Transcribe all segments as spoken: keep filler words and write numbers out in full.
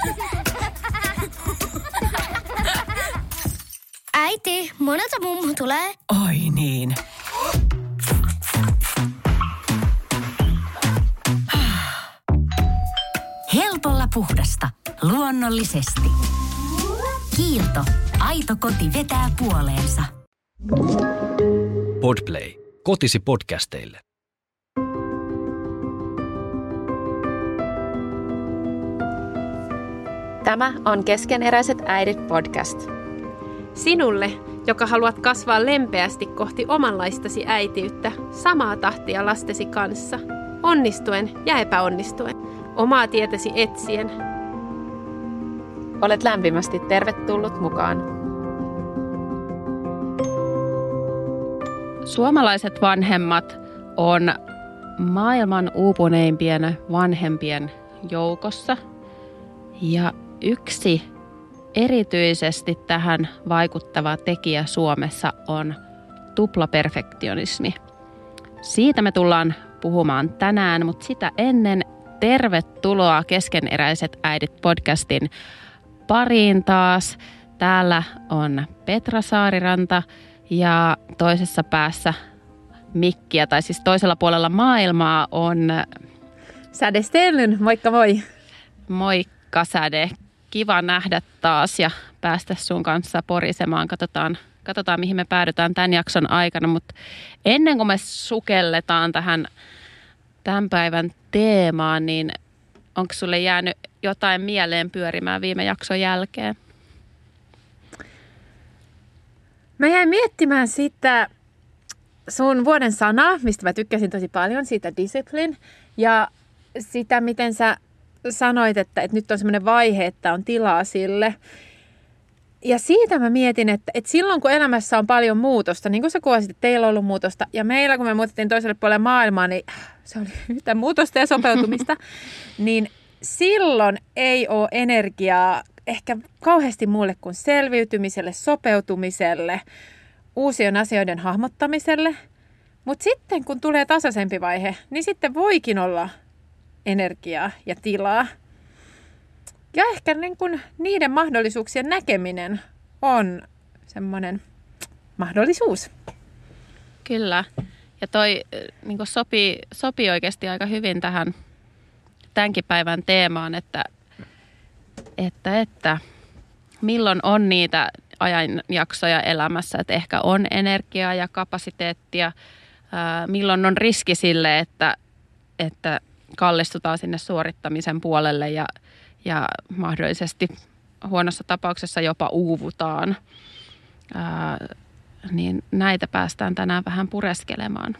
Äiti, monelta mummu tulee. Oi niin. Helpolla puhdasta. Luonnollisesti. Kiilto. Aito koti vetää puoleensa. Podplay. Kotisi podcasteille. Tämä on Keskeneräiset äidit podcast. Sinulle, joka haluat kasvaa lempeästi kohti omanlaistasi äitiyttä, samaa tahtia lastesi kanssa, onnistuen ja epäonnistuen, omaa tietäsi etsien. Olet lämpimästi tervetullut mukaan. Suomalaiset vanhemmat on maailman uupuneimpien vanhempien joukossa ja yksi erityisesti tähän vaikuttava tekijä Suomessa on tuplaperfektionismi. Siitä me tullaan puhumaan tänään, mutta sitä ennen tervetuloa Keskeneräiset äidit podcastin pariin taas. Täällä on Petra Saariranta ja toisessa päässä mikkiä, tai siis toisella puolella maailmaa on Säde Stellyn, moikka moi! Moikka Säde! Kiva nähdä taas ja päästä sun kanssa porisemaan. Katsotaan, katsotaan mihin me päädytään tämän jakson aikana, mutta ennen kuin me sukelletaan tähän tämän päivän teemaan, niin onko sulle jäänyt jotain mieleen pyörimään viime jakson jälkeen? Mä jäin miettimään sitä sun vuoden sanaa, mistä mä tykkäsin tosi paljon, siitä discipline, ja sitä, miten sä sanoit, että, että nyt on semmoinen vaihe, että on tilaa sille. Ja siitä mä mietin, että, että silloin kun elämässä on paljon muutosta, niin kuin sä kuvasit, että teillä on ollut muutosta, ja meillä kun me muutettiin toiselle puolelle maailmaa, niin se oli yhtä muutosta ja sopeutumista, niin silloin ei ole energiaa ehkä kauheasti muulle kuin selviytymiselle, sopeutumiselle, uusien asioiden hahmottamiselle. Mutta sitten kun tulee tasaisempi vaihe, niin sitten voikin olla energiaa ja tilaa. Ja ehkä niin kuin niiden mahdollisuuksien näkeminen on semmoinen mahdollisuus. Kyllä. Ja toi niin kuin sopii, sopii oikeasti aika hyvin tähän tämänkin päivän teemaan, että, että, että milloin on niitä ajanjaksoja elämässä, että ehkä on energiaa ja kapasiteettia, ää, milloin on riski sille, että, että kallistutaan sinne suorittamisen puolelle ja, ja mahdollisesti huonossa tapauksessa jopa uuvutaan. Ää, niin näitä päästään tänään vähän pureskelemaan.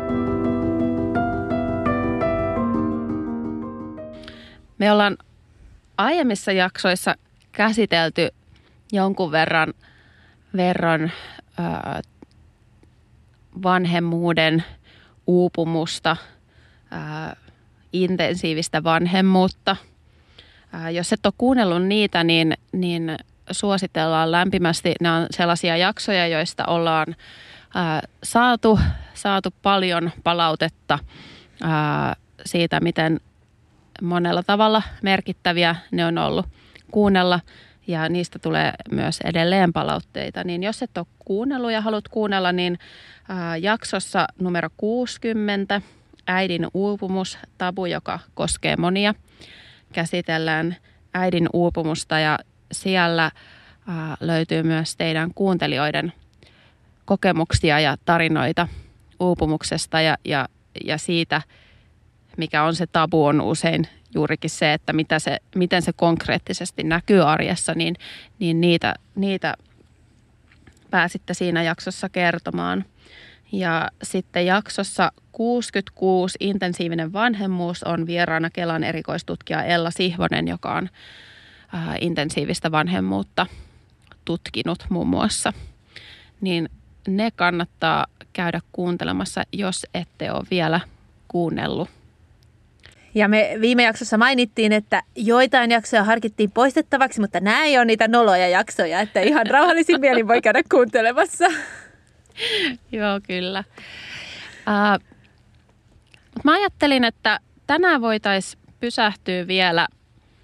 Me ollaan aiemmissa jaksoissa käsitelty jonkun verran, verran ää, vanhemmuuden uupumusta, ää, intensiivistä vanhemmuutta. Ää, jos et ole kuunnellut niitä, niin, niin suositellaan lämpimästi. Nämä on sellaisia jaksoja, joista ollaan ää, saatu, saatu paljon palautetta ää, siitä, miten monella tavalla merkittäviä ne on ollut kuunnella. Ja niistä tulee myös edelleen palautteita. Niin jos et ole kuunnellut ja haluat kuunnella, niin ää, jaksossa numero kuusikymmentä, äidin uupumus, tabu, joka koskee monia, käsitellään äidin uupumusta ja siellä ää, löytyy myös teidän kuuntelijoiden kokemuksia ja tarinoita uupumuksesta ja, ja, ja siitä, mikä on se tabu, on usein juurikin se, että mitä se, miten se konkreettisesti näkyy arjessa, niin, niin niitä, niitä pääsitte siinä jaksossa kertomaan. Ja sitten jaksossa kuusikymmentäkuusi, intensiivinen vanhemmuus, on vieraana Kelan erikoistutkija Ella Sihvonen, joka on ää, intensiivistä vanhemmuutta tutkinut muun muassa. Niin ne kannattaa käydä kuuntelemassa, jos ette ole vielä kuunnellut. Ja me viime jaksossa mainittiin, että joitain jaksoja harkittiin poistettavaksi, mutta nämä ei ole niitä noloja jaksoja, että ihan rauhallisin mielin voi käydä kuuntelemassa. Joo, kyllä. Uh, mä ajattelin, että tänään voitaisiin pysähtyä vielä,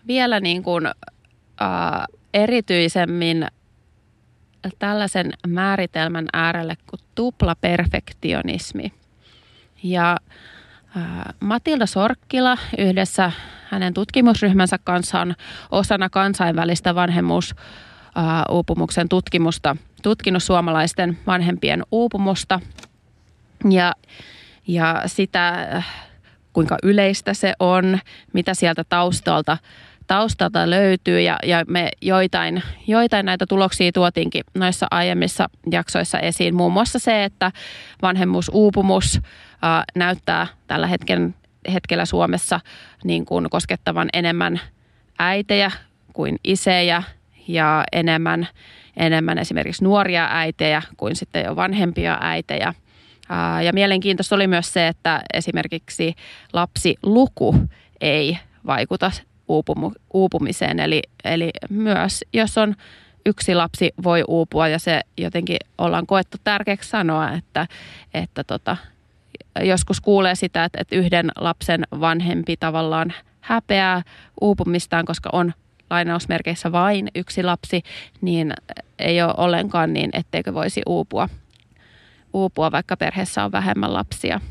vielä niin kuin, ää, erityisemmin tällaisen määritelmän äärelle kuin tuplaperfektionismi. Ja ää, Matilda Sorkkila yhdessä hänen tutkimusryhmänsä kanssa on osana kansainvälistä vanhemmuusuupumuksen tutkimusta tutkinut suomalaisten vanhempien uupumusta ja, ja sitä, kuinka yleistä se on, mitä sieltä taustalta, taustalta löytyy ja, ja me joitain, joitain näitä tuloksia tuotiinkin noissa aiemmissa jaksoissa esiin. Muun muassa se, että vanhemmuusuupumus ää, näyttää tällä hetken, hetkellä Suomessa niin kuin koskettavan enemmän äitejä kuin isejä ja enemmän, enemmän esimerkiksi nuoria äitejä kuin sitten jo vanhempia äitejä. Ää, ja mielenkiintoista oli myös se, että esimerkiksi lapsiluku ei vaikuta uupumiseen. Eli, eli myös jos on yksi lapsi voi uupua ja se jotenkin ollaan koettu tärkeäksi sanoa, että, että tota, joskus kuulee sitä, että, että yhden lapsen vanhempi tavallaan häpeää uupumistaan, koska on lainausmerkeissä vain yksi lapsi, niin ei ole ollenkaan niin, etteikö voisi uupua, uupua vaikka perheessä on vähemmän lapsia.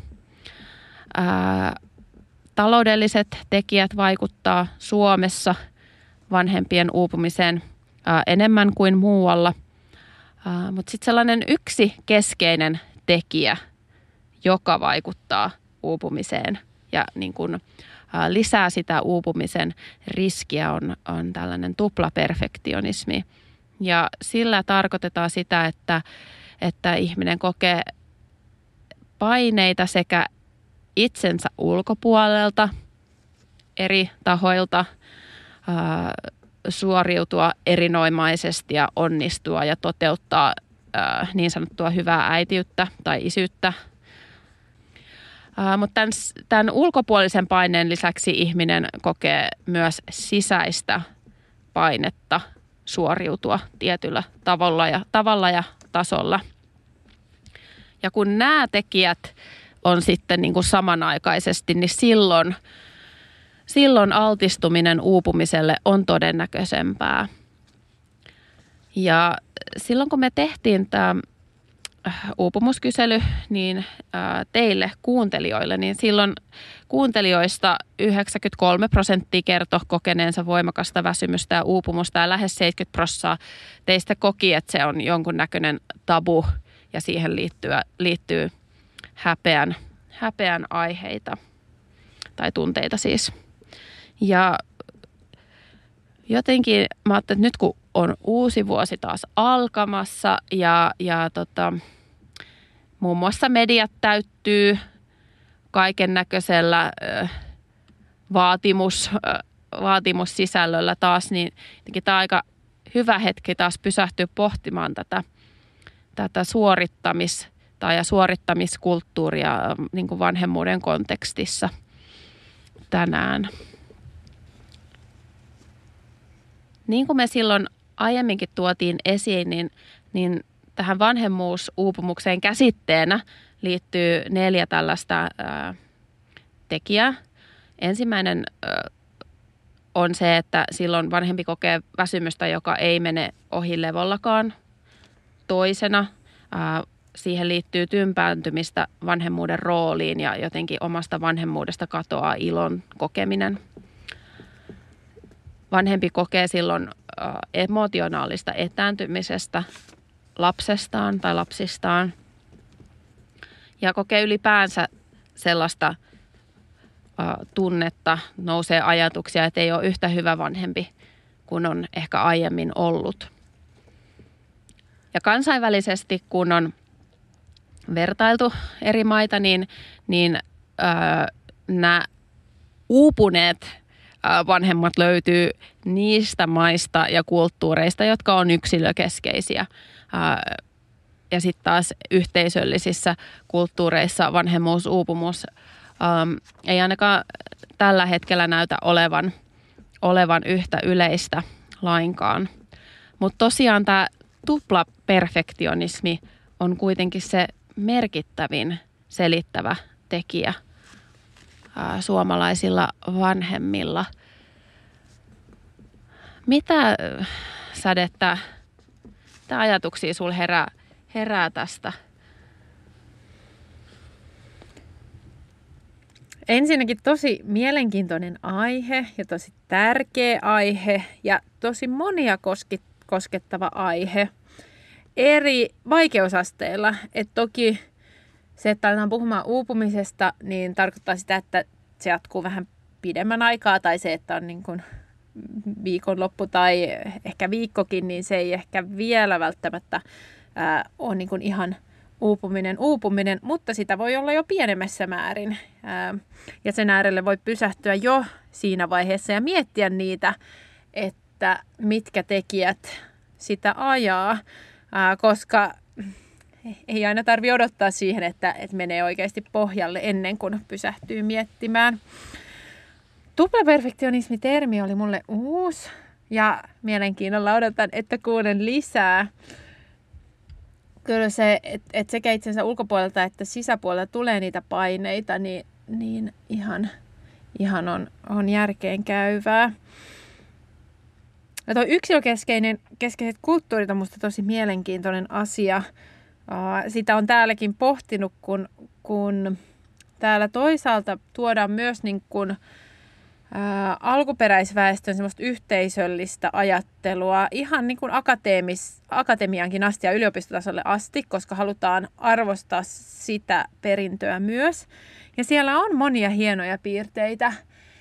Ää, Taloudelliset tekijät vaikuttaa Suomessa vanhempien uupumiseen ää, enemmän kuin muualla, ää, mutta sitten sellainen yksi keskeinen tekijä, joka vaikuttaa uupumiseen ja niin kun, ää, lisää sitä uupumisen riskiä, on, on tällainen tuplaperfektionismi. Ja sillä tarkoitetaan sitä, että, että ihminen kokee paineita sekä itsensä ulkopuolelta, eri tahoilta, ää, suoriutua erinomaisesti ja onnistua ja toteuttaa ää, niin sanottua hyvää äitiyttä tai isyyttä. Ää, mutta tämän, tämän ulkopuolisen paineen lisäksi ihminen kokee myös sisäistä painetta suoriutua tietyllä tavalla ja, tavalla ja tasolla. Ja kun nämä tekijät on sitten niin kuin samanaikaisesti, niin silloin, silloin altistuminen uupumiselle on todennäköisempää. Ja silloin kun me tehtiin tämä uupumuskysely niin teille kuuntelijoille, niin silloin kuuntelijoista yhdeksänkymmentäkolme prosenttia kertoi kokeneensa voimakasta väsymystä ja uupumusta ja lähes seitsemänkymmentä prosenttia teistä koki, että se on jonkunnäköinen tabu ja siihen liittyy, liittyy häpeän, häpeän aiheita tai tunteita siis. Ja jotenkin mä ajattelin, että nyt kun on uusi vuosi taas alkamassa ja, ja tota, muun muassa mediat täyttyy kaiken näköisellä äh, vaatimus, äh, vaatimussisällöllä taas, niin tämä on aika hyvä hetki taas pysähtyä pohtimaan tätä, tätä suorittamista ja suorittamiskulttuuria niin kuin vanhemmuuden kontekstissa tänään. Niin kuin me silloin aiemminkin tuotiin esiin, niin, niin tähän vanhemmuusuupumukseen käsitteenä liittyy neljä tällaista ää, tekijää. Ensimmäinen ää, on se, että silloin vanhempi kokee väsymystä, joka ei mene ohi levollakaan. Toisena ää, siihen liittyy tympääntymistä vanhemmuuden rooliin ja jotenkin omasta vanhemmuudesta katoaa ilon kokeminen. Vanhempi kokee silloin äh, emotionaalista etääntymisestä lapsestaan tai lapsistaan ja kokee ylipäänsä sellaista äh, tunnetta, nousee ajatuksia, että ei ole yhtä hyvä vanhempi kuin on ehkä aiemmin ollut. Ja kansainvälisesti, kun on vertailtu eri maita, niin, niin äh, nämä uupuneet vanhemmat löytyy niistä maista ja kulttuureista, jotka on yksilökeskeisiä. Ja sitten taas yhteisöllisissä kulttuureissa vanhemmuusuupumus ähm, ei ainakaan tällä hetkellä näytä olevan, olevan yhtä yleistä lainkaan. Mutta tosiaan tämä tuplaperfektionismi on kuitenkin se merkittävin selittävä tekijä suomalaisilla vanhemmilla. Mitä Sädettä, mitä ajatuksia sulla herää, herää tästä? Ensinnäkin tosi mielenkiintoinen aihe ja tosi tärkeä aihe ja tosi monia koski, koskettava aihe eri vaikeusasteilla. Et toki se, että aletaan puhumaan uupumisesta, niin tarkoittaa sitä, että se jatkuu vähän pidemmän aikaa tai se, että on niin kuin viikonloppu tai ehkä viikkokin, niin se ei ehkä vielä välttämättä ää, ole niin kuin ihan uupuminen, uupuminen, mutta sitä voi olla jo pienemmässä määrin. Ää, ja sen äärelle voi pysähtyä jo siinä vaiheessa ja miettiä niitä, että mitkä tekijät sitä ajaa, ää, koska ei aina tarvitse odottaa siihen, että, että menee oikeasti pohjalle ennen kuin pysähtyy miettimään. Tuplaperfektionismi-termi oli mulle uusi ja mielenkiinnolla odotan, että kuulen lisää. Kyllä se, että et sekä itsensä ulkopuolelta että sisäpuolelta tulee niitä paineita, niin, niin ihan, ihan on, on järkeen käyvää. Ja tuo yksilökeskeinen keskeiset kulttuurit on musta tosi mielenkiintoinen asia. Sitä on täälläkin pohtinut, kun, kun täällä toisaalta tuodaan myös niin kuin Ää, alkuperäisväestön semmoista yhteisöllistä ajattelua ihan niin kuin akateemis, akatemiankin asti ja yliopistotasolle asti, koska halutaan arvostaa sitä perintöä myös. Ja siellä on monia hienoja piirteitä.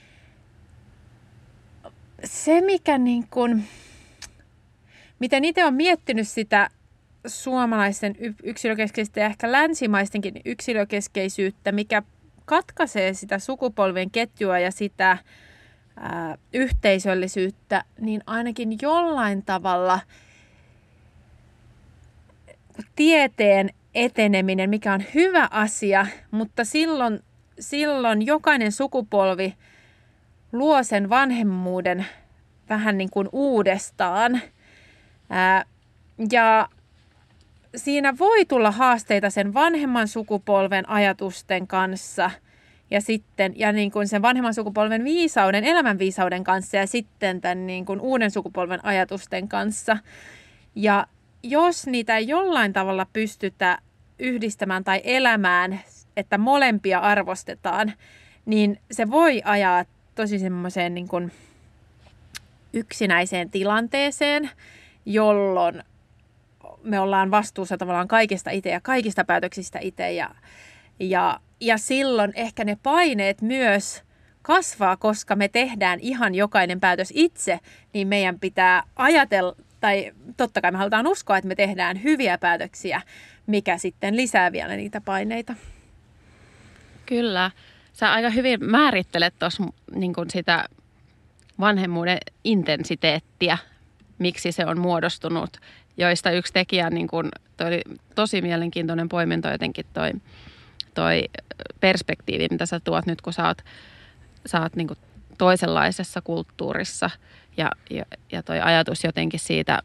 Se, mikä niin kuin, miten itse olen miettinyt sitä suomalaisten yksilökeskeistä ja ehkä länsimaistenkin yksilökeskeisyyttä, mikä katkaisee sitä sukupolvien ketjua ja sitä ää, yhteisöllisyyttä, niin ainakin jollain tavalla tieteen eteneminen, mikä on hyvä asia, mutta silloin, silloin jokainen sukupolvi luo sen vanhemmuuden vähän niin kuin uudestaan. Ää, ja siinä voi tulla haasteita sen vanhemman sukupolven ajatusten kanssa ja sitten ja niin kuin sen vanhemman sukupolven viisauden, elämänviisauden kanssa ja sitten tämän niin kuin uuden sukupolven ajatusten kanssa. Ja jos niitä ei jollain tavalla pystytä yhdistämään tai elämään, että molempia arvostetaan, niin se voi ajaa tosi semmoiseen niin kuin yksinäiseen tilanteeseen, jolloin me ollaan vastuussa tavallaan kaikesta itse ja kaikista päätöksistä itse ja, ja, ja silloin ehkä ne paineet myös kasvaa, koska me tehdään ihan jokainen päätös itse, niin meidän pitää ajatella, tai totta kai me halutaan uskoa, että me tehdään hyviä päätöksiä, mikä sitten lisää vielä niitä paineita. Kyllä. Sä aika hyvin määrittelet tuossa niin kuin sitä vanhemmuuden intensiteettiä, miksi se on muodostunut, joista yksi tekijä, niin kuin, toi tosi mielenkiintoinen poiminto jotenkin toi, toi perspektiivi, mitä sä tuot nyt, kun sä oot, sä oot niin kuin toisenlaisessa kulttuurissa ja, ja, ja toi ajatus jotenkin siitä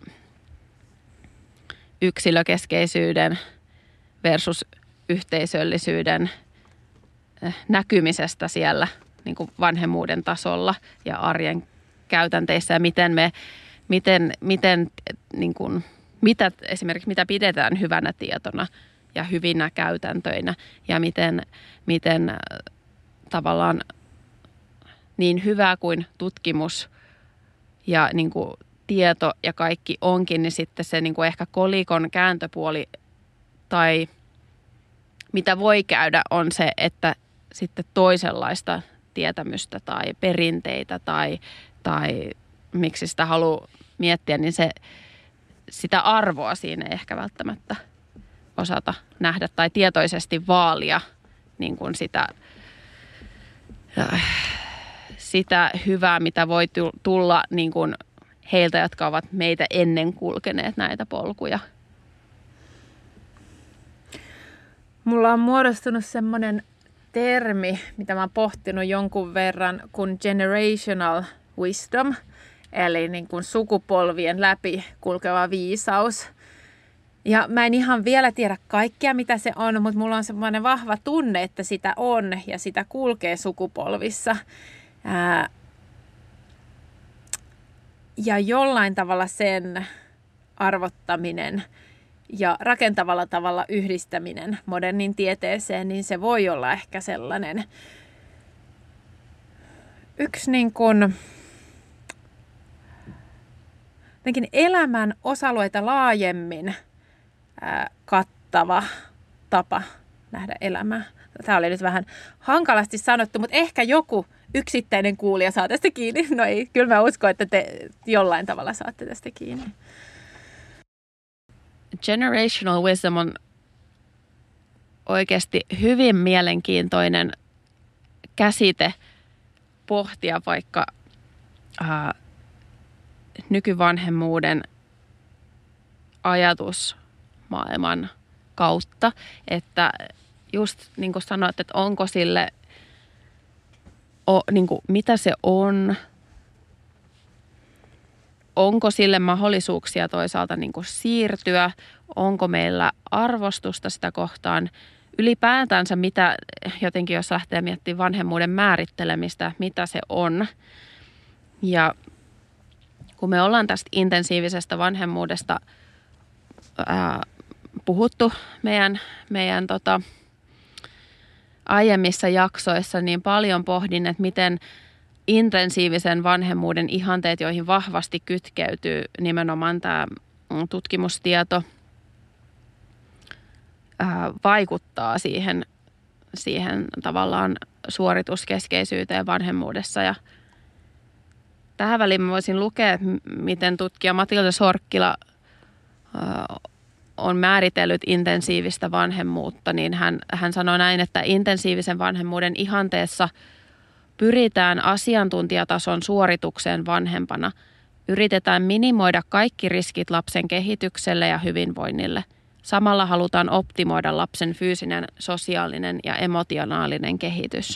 yksilökeskeisyyden versus yhteisöllisyyden näkymisestä siellä niin kuin vanhemmuuden tasolla ja arjen käytänteissä ja miten me, miten, miten niin kuin, mitä, esimerkiksi mitä pidetään hyvänä tietona ja hyvinä käytäntöinä ja miten, miten tavallaan niin hyvä kuin tutkimus ja niin kuin tieto ja kaikki onkin, niin sitten se niin kuin ehkä kolikon kääntöpuoli tai mitä voi käydä on se, että sitten toisenlaista tietämystä tai perinteitä tai, tai miksi sitä haluaa miettiä, niin se, sitä arvoa siinä ei ehkä välttämättä osata nähdä tai tietoisesti vaalia niin kuin sitä, sitä hyvää, mitä voi tulla niin kuin heiltä, jotka ovat meitä ennen kulkeneet näitä polkuja. Mulla on muodostunut semmoinen termi, mitä mä oon pohtinut jonkun verran, kuin generational wisdom, eli niin kuin sukupolvien läpi kulkeva viisaus. Ja mä en ihan vielä tiedä kaikkea, mitä se on, mutta mulla on semmoinen vahva tunne, että sitä on ja sitä kulkee sukupolvissa. Ää, ja jollain tavalla sen arvottaminen ja rakentavalla tavalla yhdistäminen modernin tieteeseen, niin se voi olla ehkä sellainen yksi niin kuin elämän osa-alueita laajemmin ää, kattava tapa nähdä elämää. Tämä oli nyt vähän hankalasti sanottu, mutta ehkä joku yksittäinen kuulija saa tästä kiinni. No ei, kyllä mä uskon, että te jollain tavalla saatte tästä kiinni. Generational wisdom on oikeasti hyvin mielenkiintoinen käsite pohtia vaikka ää, nykyvanhemmuuden ajatusmaailman kautta, että just niin kuin sanoit, että onko sille, o, niin kuin, mitä se on, onko sille mahdollisuuksia toisaalta niin kuin siirtyä, onko meillä arvostusta sitä kohtaan, ylipäätänsä mitä jotenkin, jos lähtee miettimään vanhemmuuden määrittelemistä, mitä se on. Ja kun me ollaan tästä intensiivisestä vanhemmuudesta ää, puhuttu meidän, meidän tota, aiemmissa jaksoissa, niin paljon pohdin, että miten intensiivisen vanhemmuuden ihanteet, joihin vahvasti kytkeytyy nimenomaan tämä tutkimustieto, ää, vaikuttaa siihen, siihen tavallaan suorituskeskeisyyteen vanhemmuudessa. Ja tähän väliin mä voisin lukea, miten tutkija Matilda Sorkkila ää, on määritellyt intensiivistä vanhemmuutta, niin hän, hän sanoi näin, että intensiivisen vanhemmuuden ihanteessa pyritään asiantuntijatason suoritukseen vanhempana. Yritetään minimoida kaikki riskit lapsen kehitykselle ja hyvinvoinnille. Samalla halutaan optimoida lapsen fyysinen, sosiaalinen ja emotionaalinen kehitys.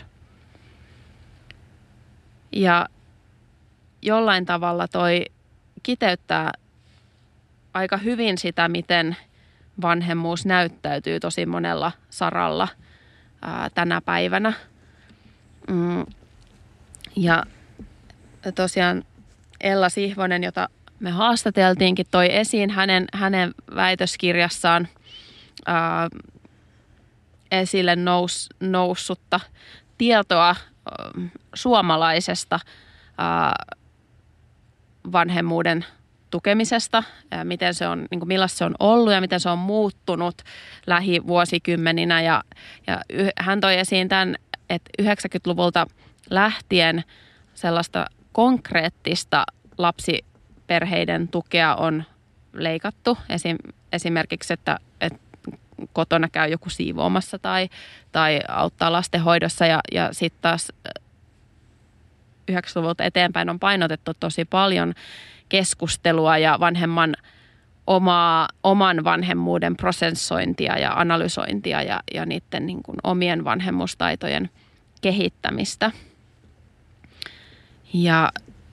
Ja jollain tavalla toi kiteyttää aika hyvin sitä, miten vanhemmuus näyttäytyy tosi monella saralla ää, tänä päivänä. Mm. Ja tosiaan Ella Sihvonen, jota me haastateltiinkin, toi esiin hänen, hänen väitöskirjassaan ää, esille nous, noussutta tietoa ää, suomalaisesta ää, vanhemmuuden tukemisesta, ja miten se on, niin kuin millaista se on ollut ja miten se on muuttunut lähivuosikymmeninä. Ja, ja hän toi esiin tämän, että yhdeksänkymmentäluvulta lähtien sellaista konkreettista lapsiperheiden tukea on leikattu. Esim, esimerkiksi, että, että kotona käy joku siivoamassa tai, tai auttaa lastenhoidossa. Ja, ja sitten taas yhdeksänkymmentäluvulta eteenpäin on painotettu tosi paljon keskustelua ja vanhemman omaa, oman vanhemmuuden prosessointia ja analysointia ja, ja niiden niin kuin omien vanhemmuustaitojen kehittämistä. Ja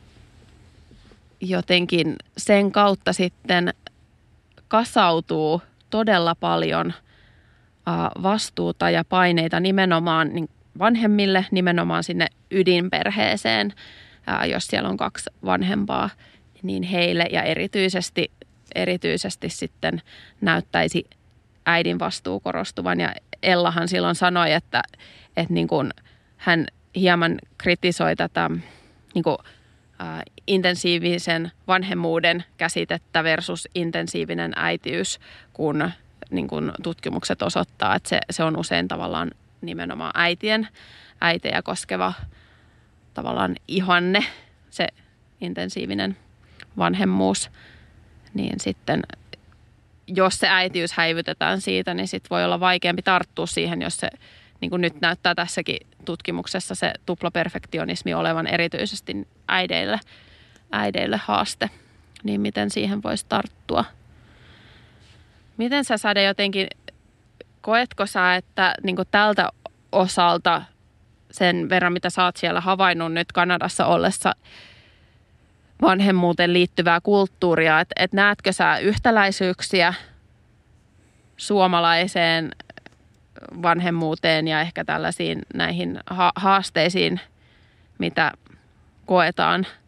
jotenkin sen kautta sitten kasautuu todella paljon vastuuta ja paineita nimenomaan vanhemmille, nimenomaan sinne ydinperheeseen, jos siellä on kaksi vanhempaa, niin heille ja erityisesti, erityisesti sitten näyttäisi äidin vastuu korostuvan. Ja Ellahan silloin sanoi, että, että niin kuin hän hieman kritisoi tätä niin kuin, ä, intensiivisen vanhemmuuden käsitettä versus intensiivinen äitiys, kun niin kuin tutkimukset osoittaa, että se, se on usein tavallaan nimenomaan äitien, äitejä koskeva tavallaan ihanne, se intensiivinen vanhemmuus, niin sitten jos se äitiys häivytetään siitä, niin sitten voi olla vaikeampi tarttua siihen, jos se, niin kuin nyt näyttää tässäkin tutkimuksessa, se tuplaperfektionismi olevan erityisesti äideille, äideille haaste, niin miten siihen voisi tarttua. Miten sä, Sade, jotenkin, koetko sä, että niin kuin tältä osalta sen verran, mitä sä oot siellä havainnut nyt Kanadassa ollessa vanhemmuuteen liittyvää kulttuuria, että et näetkö sä yhtäläisyyksiä suomalaiseen vanhemmuuteen ja ehkä tällaisiin näihin ha- haasteisiin, mitä koetaan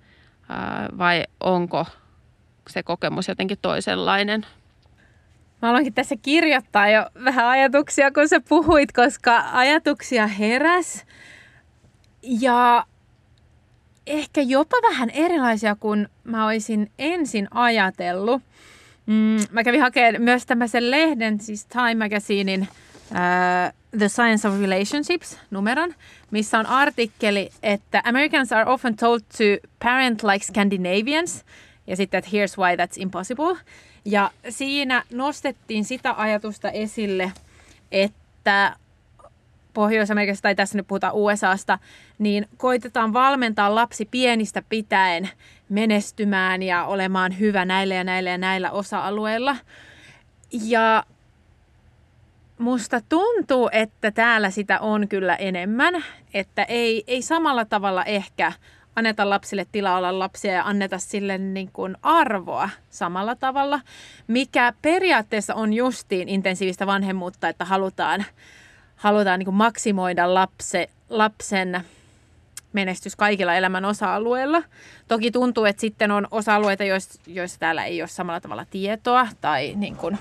ää, vai onko se kokemus jotenkin toisenlainen? Mä aloinkin tässä kirjoittaa jo vähän ajatuksia, kun sä puhuit, koska ajatuksia heräs. Ja ehkä jopa vähän erilaisia kuin mä olisin ensin ajatellut. Mm, mä kävin hakemaan myös tämmöisen lehden, siis Time Magazinein uh, The Science of Relationships numeron, missä on artikkeli, että Americans are often told to parent like Scandinavians, ja sitten, että here's why that's impossible. Ja siinä nostettiin sitä ajatusta esille, että Pohjois-Amerikassa, tai tässä nyt puhutaan U S A:sta, niin koitetaan valmentaa lapsi pienistä pitäen menestymään ja olemaan hyvä näillä ja näillä ja näillä osa-alueilla. Ja musta tuntuu, että täällä sitä on kyllä enemmän, että ei, ei samalla tavalla ehkä anneta lapsille tilaa olla lapsia ja anneta sille niin kuin arvoa samalla tavalla, mikä periaatteessa on justiin intensiivistä vanhemmuutta, että halutaan, halutaan niin kuin maksimoida lapse, lapsen menestys kaikilla elämän osa-alueilla. Toki tuntuu, että sitten on osa-alueita, joissa, joissa täällä ei ole samalla tavalla tietoa tai niin kuin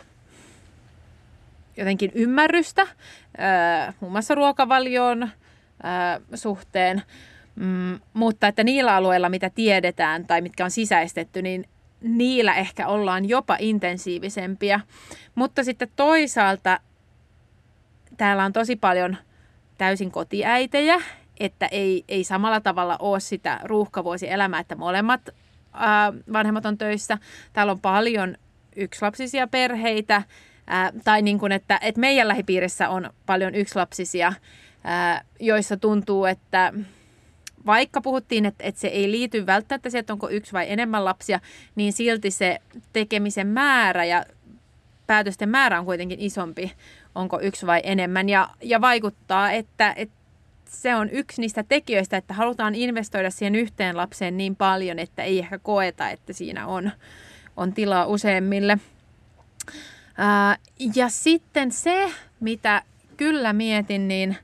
jotenkin ymmärrystä, muun muassa ruokavalioon suhteen. Mm, mutta että niillä alueilla, mitä tiedetään tai mitkä on sisäistetty, niin niillä ehkä ollaan jopa intensiivisempiä. Mutta sitten toisaalta täällä on tosi paljon täysin kotiäitejä, että ei, ei samalla tavalla ole sitä ruuhkavuosielämää, että molemmat ää, vanhemmat on töissä. Täällä on paljon yksilapsisia perheitä, ää, tai niin kuin, että, että meidän lähipiirissä on paljon yksilapsisia, ää, joissa tuntuu, että vaikka puhuttiin, että, että se ei liity välttämättä siihen, että onko yksi vai enemmän lapsia, niin silti se tekemisen määrä ja päätösten määrä on kuitenkin isompi, onko yksi vai enemmän. Ja, ja vaikuttaa, että, että se on yksi niistä tekijöistä, että halutaan investoida siihen yhteen lapseen niin paljon, että ei ehkä koeta, että siinä on, on tilaa useimmille. Ää, ja sitten se, mitä kyllä mietin, niin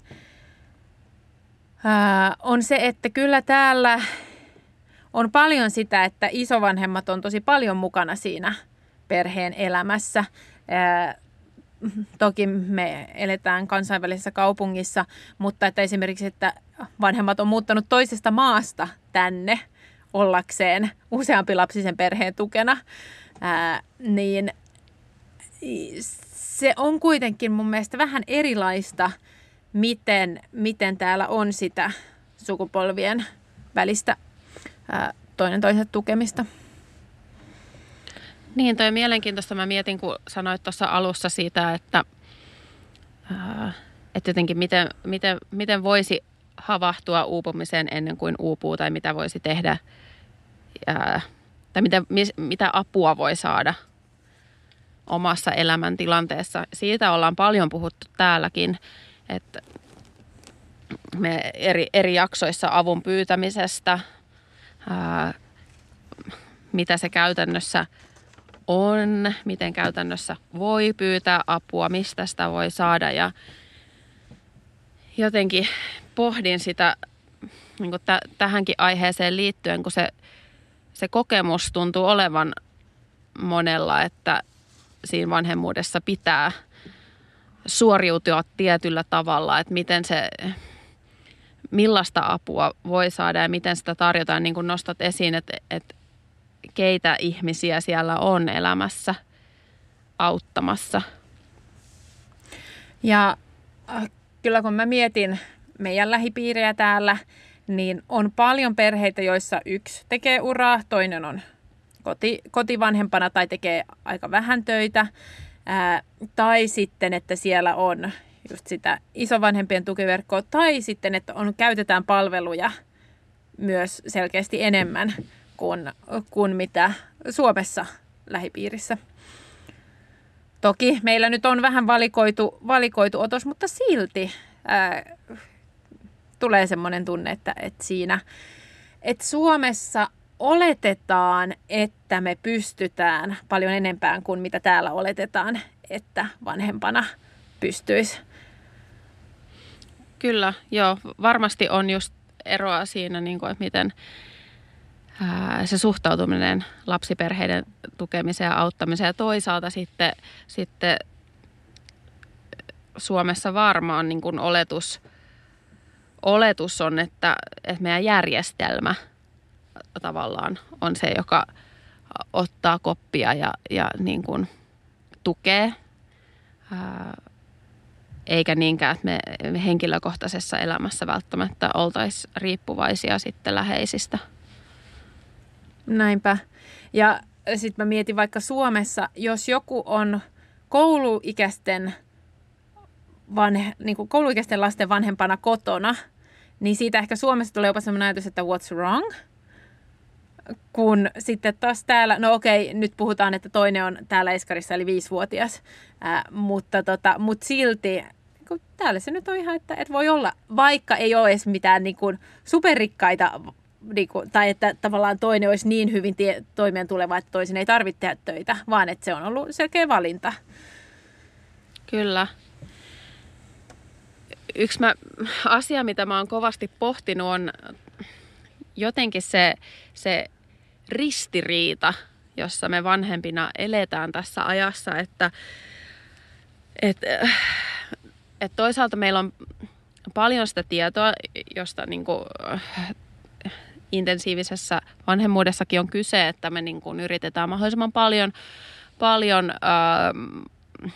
ää, on se, että kyllä täällä on paljon sitä, että isovanhemmat on tosi paljon mukana siinä perheen elämässä. Ää, Toki me eletään kansainvälisessä kaupungissa, mutta että esimerkiksi, että vanhemmat on muuttanut toisesta maasta tänne ollakseen useampi lapsisen perheen tukena, ää, niin se on kuitenkin mun mielestä vähän erilaista, miten, miten täällä on sitä sukupolvien välistä ää, toinen toisen tukemista. Niin, toi on mielenkiintoista. Mä mietin, kun sanoit tuossa alussa siitä, että, ää, että jotenkin miten, miten, miten voisi havahtua uupumiseen ennen kuin uupuu, tai mitä voisi tehdä, ää, tai mitä, mis, mitä apua voi saada omassa elämäntilanteessa. Siitä ollaan paljon puhuttu täälläkin, että me eri, eri jaksoissa avun pyytämisestä, ää, mitä se käytännössä on, miten käytännössä voi pyytää apua, mistä sitä voi saada, ja jotenkin pohdin sitä niin kuin t- tähänkin aiheeseen liittyen, kun se, se kokemus tuntuu olevan monella, että siinä vanhemmuudessa pitää suoriutua tietyllä tavalla, että miten se, millaista apua voi saada ja miten sitä tarjotaan, niin kuin nostat esiin, että, että keitä ihmisiä siellä on elämässä auttamassa. Ja kyllä kun mä mietin meidän lähipiiriä täällä, niin on paljon perheitä, joissa yksi tekee uraa, toinen on koti, kotivanhempana tai tekee aika vähän töitä. Ää, tai sitten, että siellä on just sitä isovanhempien tukiverkkoa, tai sitten, että on, käytetään palveluja myös selkeästi enemmän kuin, kuin mitä Suomessa lähipiirissä. Toki meillä nyt on vähän valikoitu, valikoitu otos, mutta silti ää, tulee semmoinen tunne, että, että siinä, että Suomessa oletetaan, että me pystytään paljon enempään kuin mitä täällä oletetaan, että vanhempana pystyisi. Kyllä, joo. Varmasti on just eroa siinä, niin kuin, että miten, ää, se suhtautuminen lapsiperheiden tukemiseen ja auttamiseen. Ja toisaalta sitten, sitten Suomessa varmaan niin kuin oletus, oletus on, että, että meidän järjestelmä tavallaan on se, joka ottaa koppia ja, ja niin kuin tukee, ää, eikä niinkään, että me henkilökohtaisessa elämässä välttämättä oltaisiin riippuvaisia sitten läheisistä. Näinpä. Ja sitten mä mietin vaikka Suomessa, jos joku on kouluikäisten, vanhe, niin kuin kouluikäisten lasten vanhempana kotona, niin siitä ehkä Suomessa tulee jopa sellainen ajatus, että what's wrong? Kun sitten taas täällä, no okei, nyt puhutaan, että toinen on täällä Eskarissa, eli viisivuotias, ää, mutta, tota, mutta silti kun täällä se nyt on ihan, että, että voi olla, vaikka ei ole edes mitään niin kuin superrikkaita, niin kuin, tai että tavallaan toinen olisi niin hyvin tie, toimeen tuleva, että toisen ei tarvitse tehdä töitä, vaan että se on ollut selkeä valinta. Kyllä. Yksi mä, asia, mitä mä oon kovasti pohtinut, on jotenkin se, se ristiriita, jossa me vanhempina eletään tässä ajassa, että et, et toisaalta meillä on paljon sitä tietoa, josta niin kuin intensiivisessä vanhemmuudessakin on kyse, että me niin kuin yritetään mahdollisimman paljon, paljon äh,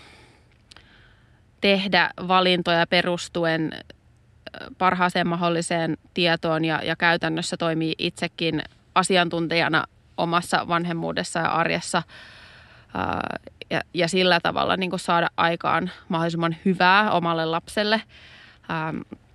tehdä valintoja perustuen parhaaseen mahdolliseen tietoon ja, ja käytännössä toimii itsekin asiantuntijana omassa vanhemmuudessa ja arjessa ää, ja, ja sillä tavalla niin kuin saada aikaan mahdollisimman hyvää omalle lapselle. Ää,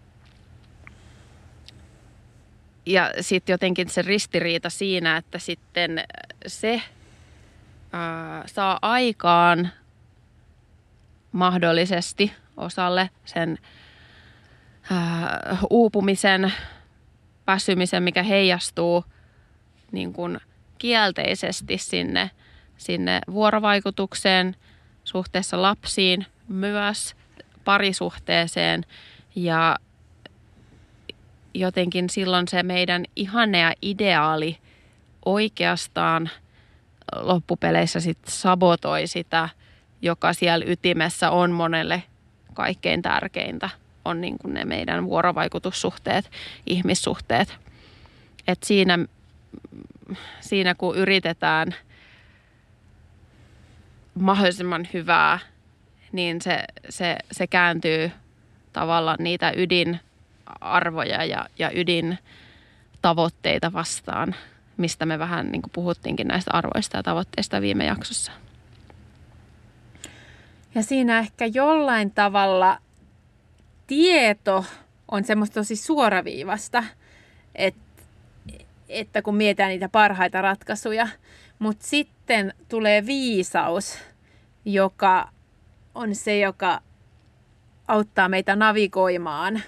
ja sitten jotenkin se ristiriita siinä, että sitten se ää, saa aikaan mahdollisesti osalle sen ää, uupumisen, väsymisen, mikä heijastuu niin kuin kielteisesti sinne, sinne vuorovaikutukseen, suhteessa lapsiin, myös parisuhteeseen ja jotenkin silloin se meidän ihane ja ideaali oikeastaan loppupeleissä sit sabotoi sitä, joka siellä ytimessä on monelle kaikkein tärkeintä, on niin kuin ne meidän vuorovaikutussuhteet, ihmissuhteet. Et siinä, siinä kun yritetään mahdollisimman hyvää, niin se, se, se kääntyy tavallaan niitä ydinarvoja ja, ja ydintavoitteita vastaan, mistä me vähän niin kuin puhuttiinkin näistä arvoista ja tavoitteista viime jaksossa. Ja siinä ehkä jollain tavalla tieto on semmoista tosi suoraviivasta, että, että kun mietitään niitä parhaita ratkaisuja, mutta sitten tulee viisaus, joka on se, joka auttaa meitä navigoimaan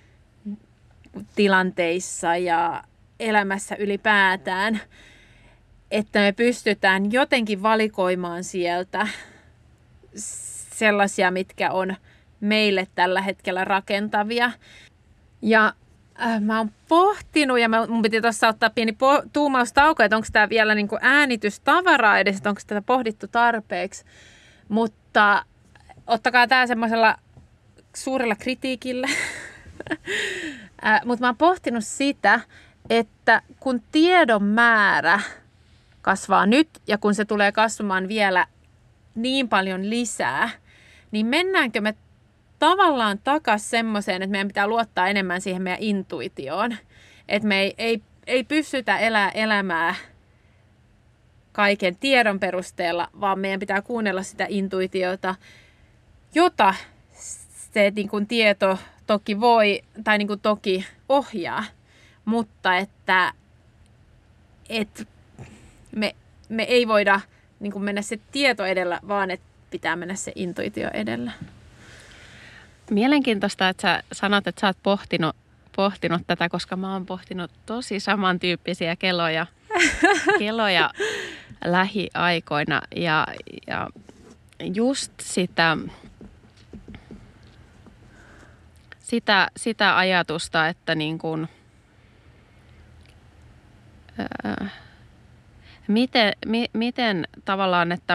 tilanteissa ja elämässä ylipäätään, että me pystytään jotenkin valikoimaan sieltä sellaisia, mitkä on meille tällä hetkellä rakentavia. Ja äh, mä oon pohtinut, ja mä, mun piti tuossa ottaa pieni po- tuumaustauko, että onko tämä vielä niinku äänitystavaraa edes, että onko tätä pohdittu tarpeeksi. Mutta ottakaa tämä semmoisella suurella kritiikillä. äh, Mutta mä oon pohtinut sitä, että kun tiedon määrä kasvaa nyt, ja kun se tulee kasvamaan vielä niin paljon lisää, niin mennäänkö me tavallaan takaisin semmoiseen, että meidän pitää luottaa enemmän siihen meidän intuitioon. Että me ei, ei, ei pystytä elää elämää kaiken tiedon perusteella, vaan meidän pitää kuunnella sitä intuitiota, jota se niin kuin tieto toki voi, tai niin kuin toki ohjaa, mutta että, että me, me ei voida niin kuin mennä se tieto edellä, vaan että pitää mennä se intuitio edellä. Mielenkiintoista, että sä sanot, että sä oot pohtinut, pohtinut tätä, koska mä oon pohtinut tosi samantyyppisiä keloja, keloja lähiaikoina. Ja, ja just sitä, sitä, sitä ajatusta, että niin kun, öö, miten, mi, miten tavallaan, että,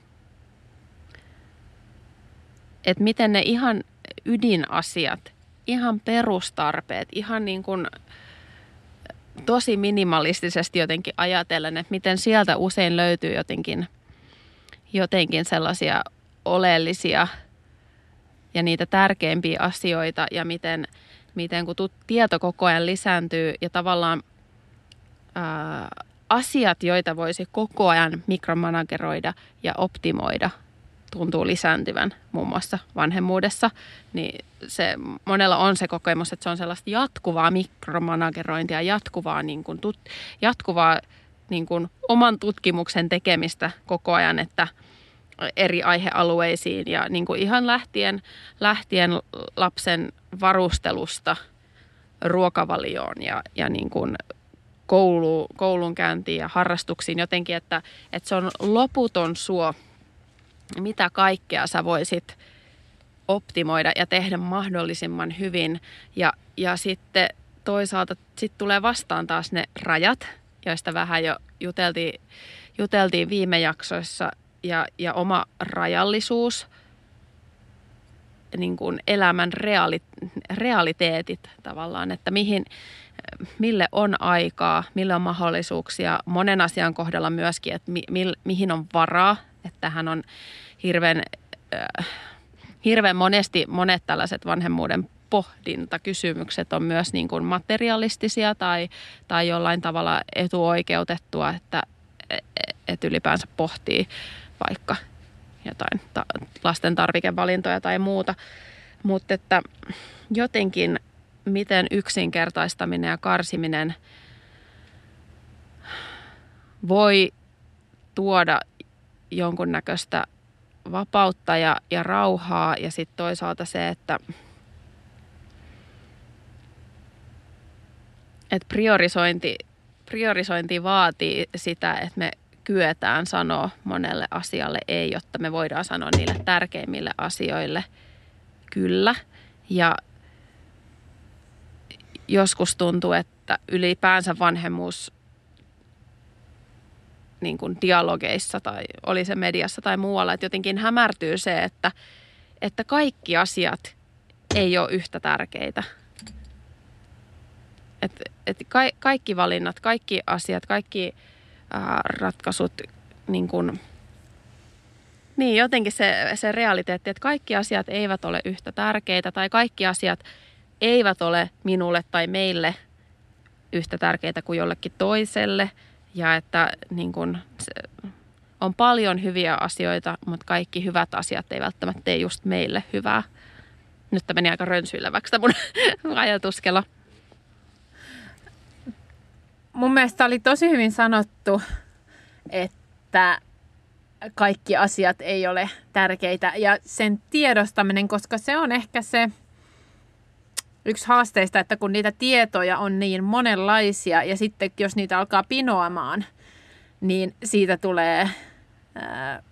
että miten ne ihan ydinasiat, ihan perustarpeet, ihan niin kuin tosi minimalistisesti jotenkin ajatellen, että miten sieltä usein löytyy jotenkin, jotenkin sellaisia oleellisia ja niitä tärkeimpiä asioita ja miten, miten kun tieto koko ajan lisääntyy ja tavallaan ää, asiat, joita voisi koko ajan mikromanageroida ja optimoida, tuntuu lisääntyvän muun muassa vanhemmuudessa, niin se, monella on se kokemus, että se on sellaista jatkuvaa mikromanagerointia, jatkuvaa, niin kuin, tut, jatkuvaa niin kuin, oman tutkimuksen tekemistä koko ajan, että eri aihealueisiin ja niin kuin ihan lähtien, lähtien lapsen varustelusta ruokavalioon ja, ja niin kuin koulu, koulunkäyntiin ja harrastuksiin jotenkin, että, että se on loputon suo, mitä kaikkea sä voisit optimoida ja tehdä mahdollisimman hyvin. Ja, ja sitten toisaalta sit tulee vastaan taas ne rajat, joista vähän jo juteltiin, juteltiin viime jaksoissa, ja, ja oma rajallisuus, niin kuin elämän reaali, realiteetit tavallaan, että mihin, mille on aikaa, mille on mahdollisuuksia. Monen asian kohdalla myöskin, että mi, mi, mihin on varaa. Että tähän on hirveän, äh, hirveän monesti monet tällaiset vanhemmuuden pohdintakysymykset on myös niin kuin materialistisia tai, tai jollain tavalla etuoikeutettua, että et ylipäänsä pohtii vaikka jotain ta- lasten tarvikevalintoja tai muuta. Mutta että jotenkin miten yksinkertaistaminen ja karsiminen voi tuoda jonkunnäköistä vapautta ja, ja rauhaa ja sitten toisaalta se, että, että priorisointi, priorisointi vaatii sitä, että me kyetään sanoa monelle asialle ei, jotta me voidaan sanoa niille tärkeimmille asioille kyllä. Ja joskus tuntuu, että ylipäänsä vanhemmuus niin kuin dialogeissa tai oli se mediassa tai muualla, että jotenkin hämärtyy se, että, että kaikki asiat ei ole yhtä tärkeitä. Että et ka, kaikki valinnat, kaikki asiat, kaikki ää, ratkaisut, niin, kuin, niin jotenkin se, se realiteetti, että kaikki asiat eivät ole yhtä tärkeitä tai kaikki asiat eivät ole minulle tai meille yhtä tärkeitä kuin jollekin toiselle. Ja että niin kun, on paljon hyviä asioita, mutta kaikki hyvät asiat ei välttämättä tee just meille hyvää. Nyt tämä meni aika rönsyileväksi tämä mun ajatuskelo. Mun mielestä oli tosi hyvin sanottu, että kaikki asiat ei ole tärkeitä. Ja sen tiedostaminen, koska se on ehkä se yksi haasteista, että kun niitä tietoja on niin monenlaisia ja sitten jos niitä alkaa pinoamaan, niin siitä tulee ää,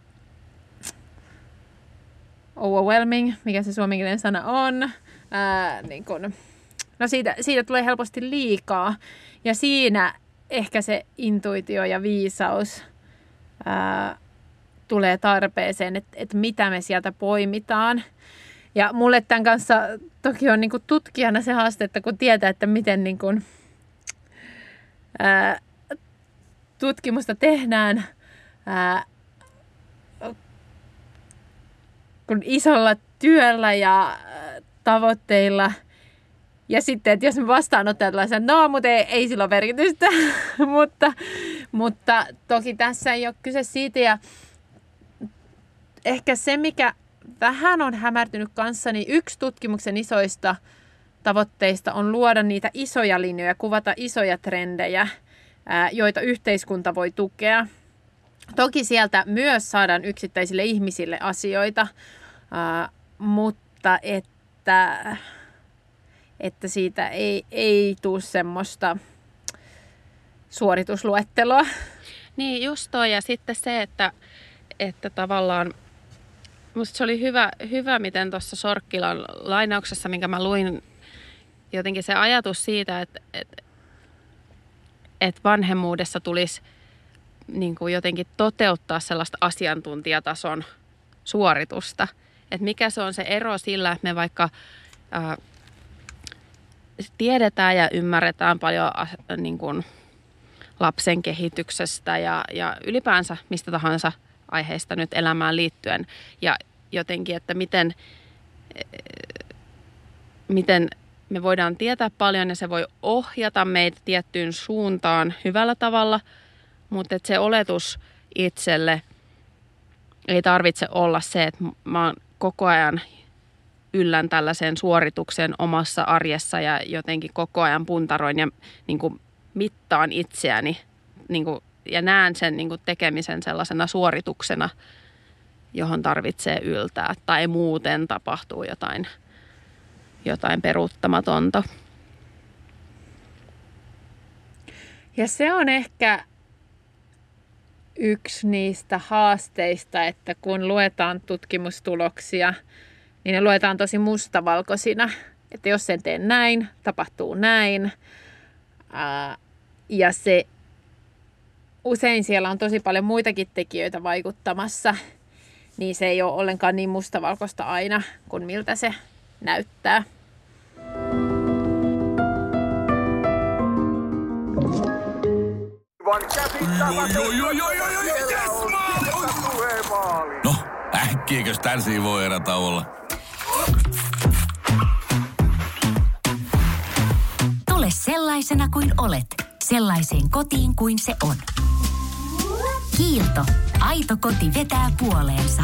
overwhelming, mikä se suomenkielinen sana on. Ää, niin kun, no siitä, siitä tulee helposti liikaa ja siinä ehkä se intuitio ja viisaus ää, tulee tarpeeseen, että, että mitä me sieltä poimitaan. Ja mulle tämän kanssa toki on niin kuin tutkijana se haaste, että kun tietää, että miten niin kuin, ää, tutkimusta tehdään ää, kun isolla työllä ja tavoitteilla. Ja sitten, että jos me vastaanottajat laitetaan, no, mutta ei, ei sillä ole merkitystä. mutta, mutta toki tässä ei ole kyse siitä. Ja ehkä se, mikä vähän on hämärtynyt kanssa, niin yksi tutkimuksen isoista tavoitteista on luoda niitä isoja linjoja, kuvata isoja trendejä, joita yhteiskunta voi tukea. Toki sieltä myös saadaan yksittäisille ihmisille asioita, mutta että, että siitä ei, ei tule semmoista suoritusluetteloa. Niin just toi ja sitten se, että, että tavallaan musta se oli hyvä, hyvä miten tuossa Sorkkilan lainauksessa, minkä mä luin, jotenkin se ajatus siitä, että, että, että vanhemmuudessa tulisi niin kuin jotenkin toteuttaa sellaista asiantuntijatason suoritusta. Että mikä se on se ero sillä, että me vaikka ää, tiedetään ja ymmärretään paljon niin kuin lapsen kehityksestä ja, ja ylipäänsä mistä tahansa aiheista nyt elämään liittyen. Ja jotenkin, että miten, miten me voidaan tietää paljon ja se voi ohjata meitä tiettyyn suuntaan hyvällä tavalla, mutta että se oletus itselle ei tarvitse olla se, että mä oon koko ajan yllän tällaiseen suoritukseen omassa arjessa ja jotenkin koko ajan puntaroin ja niin kuin mittaan itseäni niin kuin, ja näen sen niin kuin tekemisen sellaisena suorituksena, johon tarvitsee yltää tai muuten tapahtuu jotain, jotain peruuttamatonta. Ja se on ehkä yksi niistä haasteista, että kun luetaan tutkimustuloksia, niin ne luetaan tosi mustavalkoisina. Että jos sen teen näin, tapahtuu näin. Ää, ja se usein siellä on tosi paljon muitakin tekijöitä vaikuttamassa, niin se ei ole ollenkaan niin mustavalkoista aina kuin miltä se näyttää. No, äkkiäkös tän voi erätä olla? Tule sellaisena kuin olet, sellaiseen kotiin kuin se on. Kiilto. Aito koti vetää puoleensa.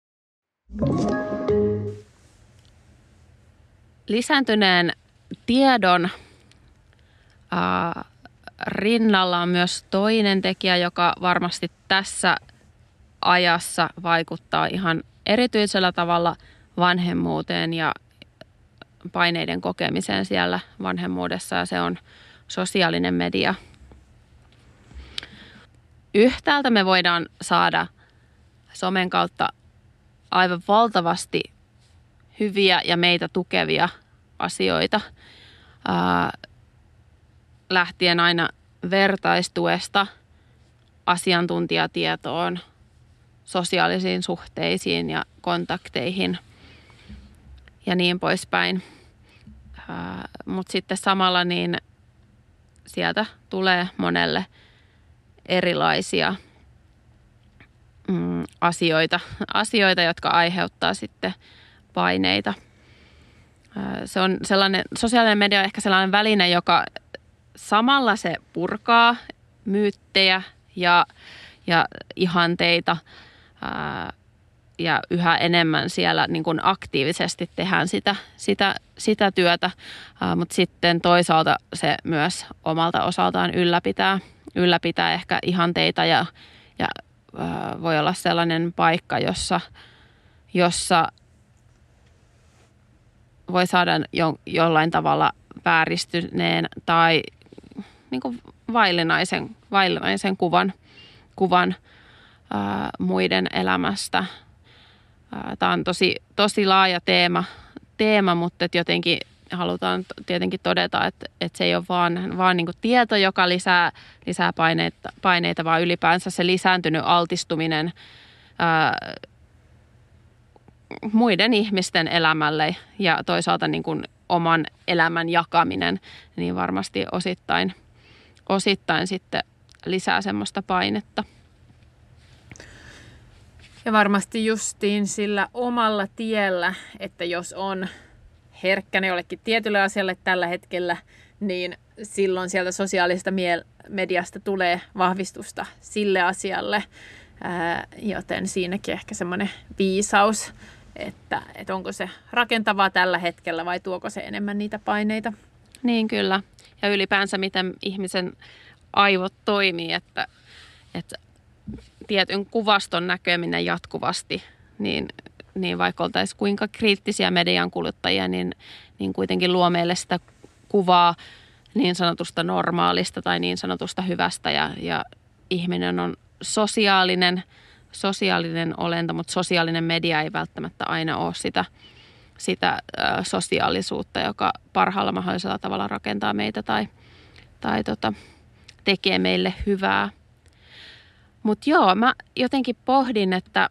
Lisääntyneen tiedon äh, rinnalla on myös toinen tekijä, joka varmasti tässä ajassa vaikuttaa ihan erityisellä tavalla vanhemmuuteen ja paineiden kokemiseen siellä vanhemmuudessa, ja se on sosiaalinen media. Yhtäältä me voidaan saada somen kautta aivan valtavasti hyviä ja meitä tukevia asioita, ää, lähtien aina vertaistuesta asiantuntijatietoon, sosiaalisiin suhteisiin ja kontakteihin ja niin poispäin. Mutta sitten samalla niin sieltä tulee monelle erilaisia mm, asioita, asioita, jotka aiheuttaa sitten paineita. Se on sellainen, sosiaalinen media on ehkä sellainen väline, joka samalla se purkaa myyttejä ja, ja ihanteita ää, ja yhä enemmän siellä niin kuin aktiivisesti tehdään sitä, sitä, sitä työtä, ää, mutta sitten toisaalta se myös omalta osaltaan ylläpitää, ylläpitää ehkä ihanteita ja, ja ää, voi olla sellainen paikka, jossa, jossa voi saada jo, jollain tavalla vääristyneen tai niin kuin vaillinaisen, vaillinaisen kuvan, kuvan ää, muiden elämästä. Ää, tämä on tosi, tosi laaja teema, teema mutta et jotenkin halutaan tietenkin todeta, että, että se ei ole vaan, vaan niin kuin tieto, joka lisää, lisää paineita, paineita, vaan ylipäänsä se lisääntynyt altistuminen ää, muiden ihmisten elämälle ja toisaalta niin kuin oman elämän jakaminen, niin varmasti osittain, osittain sitten lisää semmoista painetta. Ja varmasti justiin sillä omalla tiellä, että jos on herkkänä jollekin tietylle asialle tällä hetkellä, niin silloin sieltä sosiaalisesta mediasta tulee vahvistusta sille asialle. Ää, joten siinäkin ehkä semmoinen viisaus, että, että onko se rakentavaa tällä hetkellä vai tuoko se enemmän niitä paineita. Niin kyllä. Ja ylipäänsä miten ihmisen aivot toimii, että, että tietyn kuvaston näkeminen jatkuvasti, niin, niin vaikka oltaisiin kuinka kriittisiä median kuluttajia, niin, niin kuitenkin luo meille sitä kuvaa niin sanotusta normaalista tai niin sanotusta hyvästä ja, ja ihminen on sosiaalinen, sosiaalinen olento, mutta sosiaalinen media ei välttämättä aina ole sitä, sitä ä, sosiaalisuutta, joka parhaalla mahdollisella tavalla rakentaa meitä tai, tai tota, tekee meille hyvää. Mutta joo, mä jotenkin pohdin, että,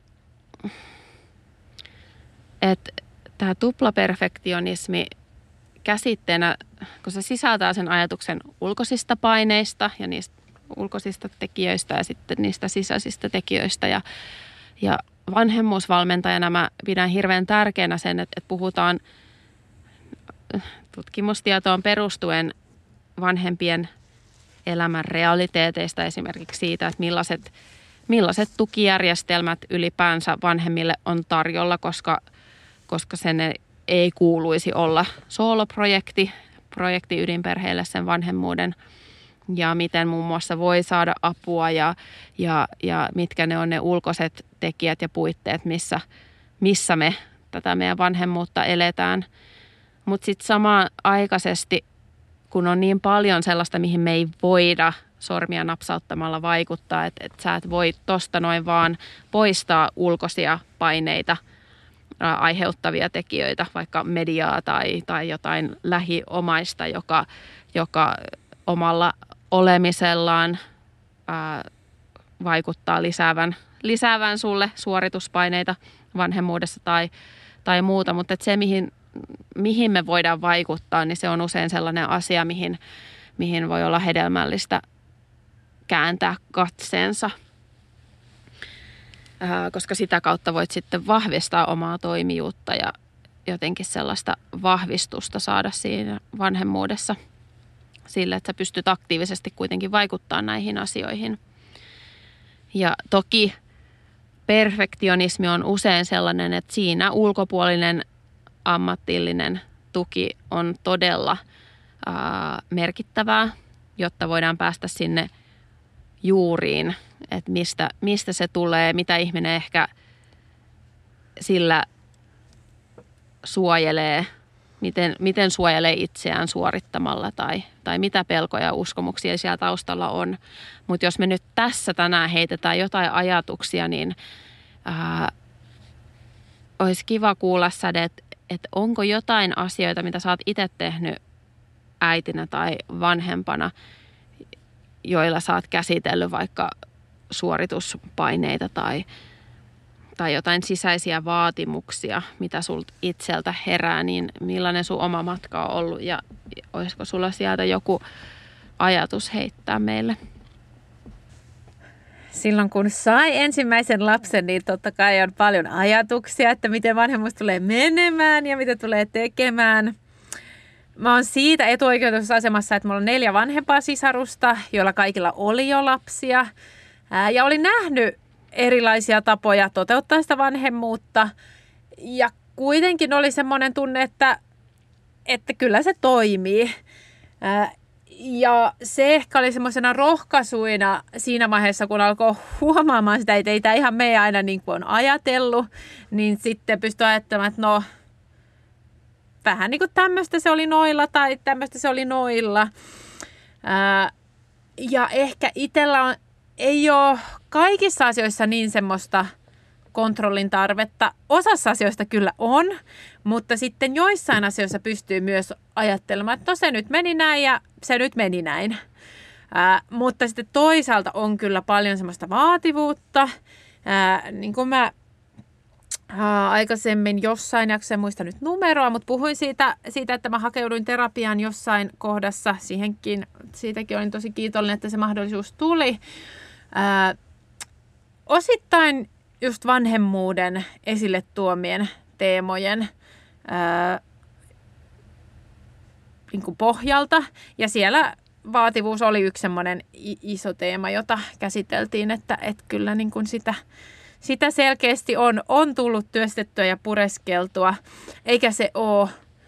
että tämä tuplaperfektionismi käsitteenä, kun se sisältää sen ajatuksen ulkoisista paineista ja niistä ulkoisista tekijöistä ja sitten niistä sisäisistä tekijöistä. Ja, ja vanhemmuusvalmentajana mä pidän hirveän tärkeänä sen, että, että puhutaan tutkimustietoon perustuen vanhempien elämän realiteeteista, esimerkiksi siitä, että millaiset, millaiset tukijärjestelmät ylipäänsä vanhemmille on tarjolla, koska, koska sen ei kuuluisi olla sooloprojekti, projekti ydinperheelle sen vanhemmuuden, ja miten muun muassa voi saada apua ja, ja, ja mitkä ne on ne ulkoiset tekijät ja puitteet, missä, missä me tätä meidän vanhemmuutta eletään. Mutta sitten samanaikaisesti, kun on niin paljon sellaista, mihin me ei voida sormia napsauttamalla vaikuttaa, että et sä et voi tosta noin vaan poistaa ulkoisia paineita ää, aiheuttavia tekijöitä, vaikka mediaa tai, tai jotain lähiomaista, joka, joka omalla olemisellaan ää, vaikuttaa lisäävän, lisäävän sulle suorituspaineita vanhemmuudessa tai, tai muuta, mutta se mihin mihin me voidaan vaikuttaa, niin se on usein sellainen asia, mihin, mihin voi olla hedelmällistä kääntää katseensa, Ää, koska sitä kautta voit sitten vahvistaa omaa toimijuutta ja jotenkin sellaista vahvistusta saada siinä vanhemmuudessa sille, että sä pystyt aktiivisesti kuitenkin vaikuttamaan näihin asioihin. Ja toki perfektionismi on usein sellainen, että siinä ulkopuolinen ammatillinen tuki on todella ää, merkittävää, jotta voidaan päästä sinne juuriin, että mistä, mistä se tulee, mitä ihminen ehkä sillä suojelee, miten, miten suojelee itseään suorittamalla tai, tai mitä pelkoja ja uskomuksia siellä taustalla on. Mutta jos me nyt tässä tänään heitetään jotain ajatuksia, niin ää, olisi kiva kuulla Säde, että että onko jotain asioita, mitä sä oot itse tehnyt äitinä tai vanhempana, joilla sä oot käsitellyt vaikka suorituspaineita tai, tai jotain sisäisiä vaatimuksia, mitä sulta itseltä herää, niin millainen sun oma matka on ollut ja olisiko sulla sieltä joku ajatus heittää meille? Silloin kun sai ensimmäisen lapsen, niin totta kai on paljon ajatuksia, että miten vanhemmuus tulee menemään ja mitä tulee tekemään. Mä oon siitä etuoikeutuksessa asemassa, että mulla on neljä vanhempaa sisarusta, joilla kaikilla oli jo lapsia. Ja olin nähnyt erilaisia tapoja toteuttaa sitä vanhemmuutta. Ja kuitenkin oli semmoinen tunne, että, että kyllä se toimii. Ja se ehkä oli semmoisena rohkaisuina siinä vaiheessa, kun alkoi huomaamaan sitä, että ei tämä ihan mene aina niin kuin on ajatellut, niin sitten pystyi ajattelemaan, että no vähän niin kuin tämmöistä se oli noilla tai tämmöistä se oli noilla. Ää, ja ehkä itsellä on, ei ole kaikissa asioissa niin semmoista kontrollin tarvetta. Osassa asioista kyllä on, mutta sitten joissain asioissa pystyy myös ajattelemaan, että no se nyt meni näin ja se nyt meni näin. Ää, mutta sitten toisaalta on kyllä paljon semmoista vaativuutta. Ää, niin kuin mä ää, aikaisemmin jossain, jakso en muista nyt numeroa, mutta puhuin siitä, siitä, että mä hakeuduin terapiaan jossain kohdassa. Siihenkin, siitäkin olin tosi kiitollinen, että se mahdollisuus tuli. Ää, osittain just vanhemmuuden esille tuomien teemojen ää, niin kuin pohjalta. Ja siellä vaativuus oli yksi semmoinen iso teema, jota käsiteltiin, että, että kyllä niin kuin sitä, sitä selkeästi on, on tullut työstettyä ja pureskeltua. Eikä se ole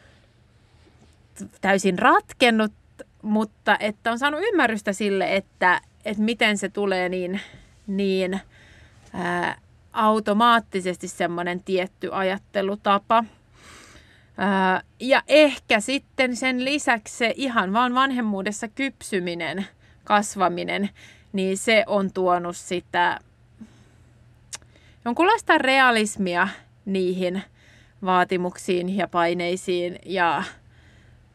täysin ratkennut, mutta että on saanut ymmärrystä sille, että, että miten se tulee niin, niin ää, automaattisesti semmoinen tietty ajattelutapa. Ää, ja ehkä sitten sen lisäksi se ihan vaan vanhemmuudessa kypsyminen, kasvaminen, niin se on tuonut sitä jonkunlaista realismia niihin vaatimuksiin ja paineisiin ja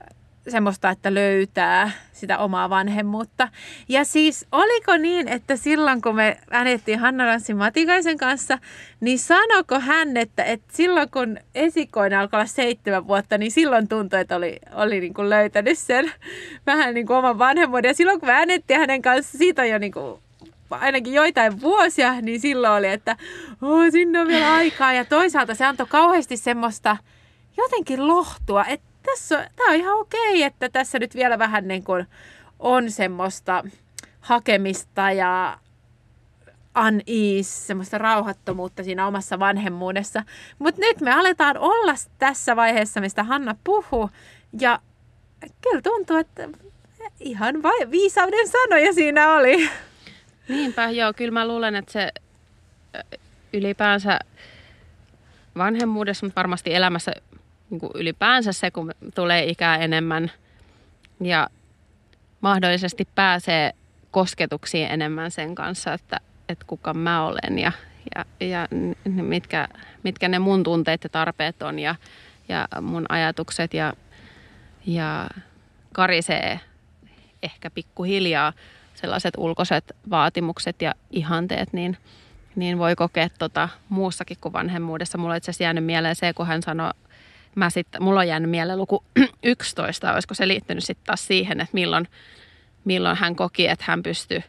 semmoista, että löytää sitä omaa vanhemmuutta. Ja siis oliko niin, että silloin kun me äänettiin Hanna Ranssi Matikaisen kanssa, niin sanoko hän, että, että silloin kun esikoinen alkoi olla seitsemän vuotta, niin silloin tuntui, että oli, oli niin kuin löytänyt sen vähän niin kuin oman vanhemmuuden. Ja silloin kun me äänettiin hänen kanssa, siitä on jo niin kuin ainakin joitain vuosia, niin silloin oli, että oh, sinne on vielä aikaa. Ja toisaalta se antoi kauheasti semmoista jotenkin lohtua, että tässä on, tämä on ihan okei, että tässä nyt vielä vähän niin kuin on semmoista hakemista ja unease, semmoista rauhattomuutta siinä omassa vanhemmuudessa. Mutta nyt me aletaan olla tässä vaiheessa, mistä Hanna puhuu. Ja kyllä tuntuu, että ihan vai, viisauden sanoja siinä oli. Niinpä, joo. Kyllä mä luulen, että se ylipäänsä vanhemmuudessa, mutta varmasti elämässä niin kuin ylipäänsä se, kun tulee ikää enemmän ja mahdollisesti pääsee kosketuksiin enemmän sen kanssa, että, että kuka mä olen ja, ja, ja mitkä, mitkä ne mun tunteet ja tarpeet on ja, ja mun ajatukset ja, ja karisee ehkä pikkuhiljaa sellaiset ulkoiset vaatimukset ja ihanteet, niin, niin voi kokea tota muussakin kuin vanhemmuudessa. Mulla on itse asiassa jäänyt mieleen se, kun hän sanoi, Mä sit, mulla on jäänyt mieleen luku yksitoista, olisiko se liittynyt sitten taas siihen, että milloin, milloin hän koki, että hän pystyi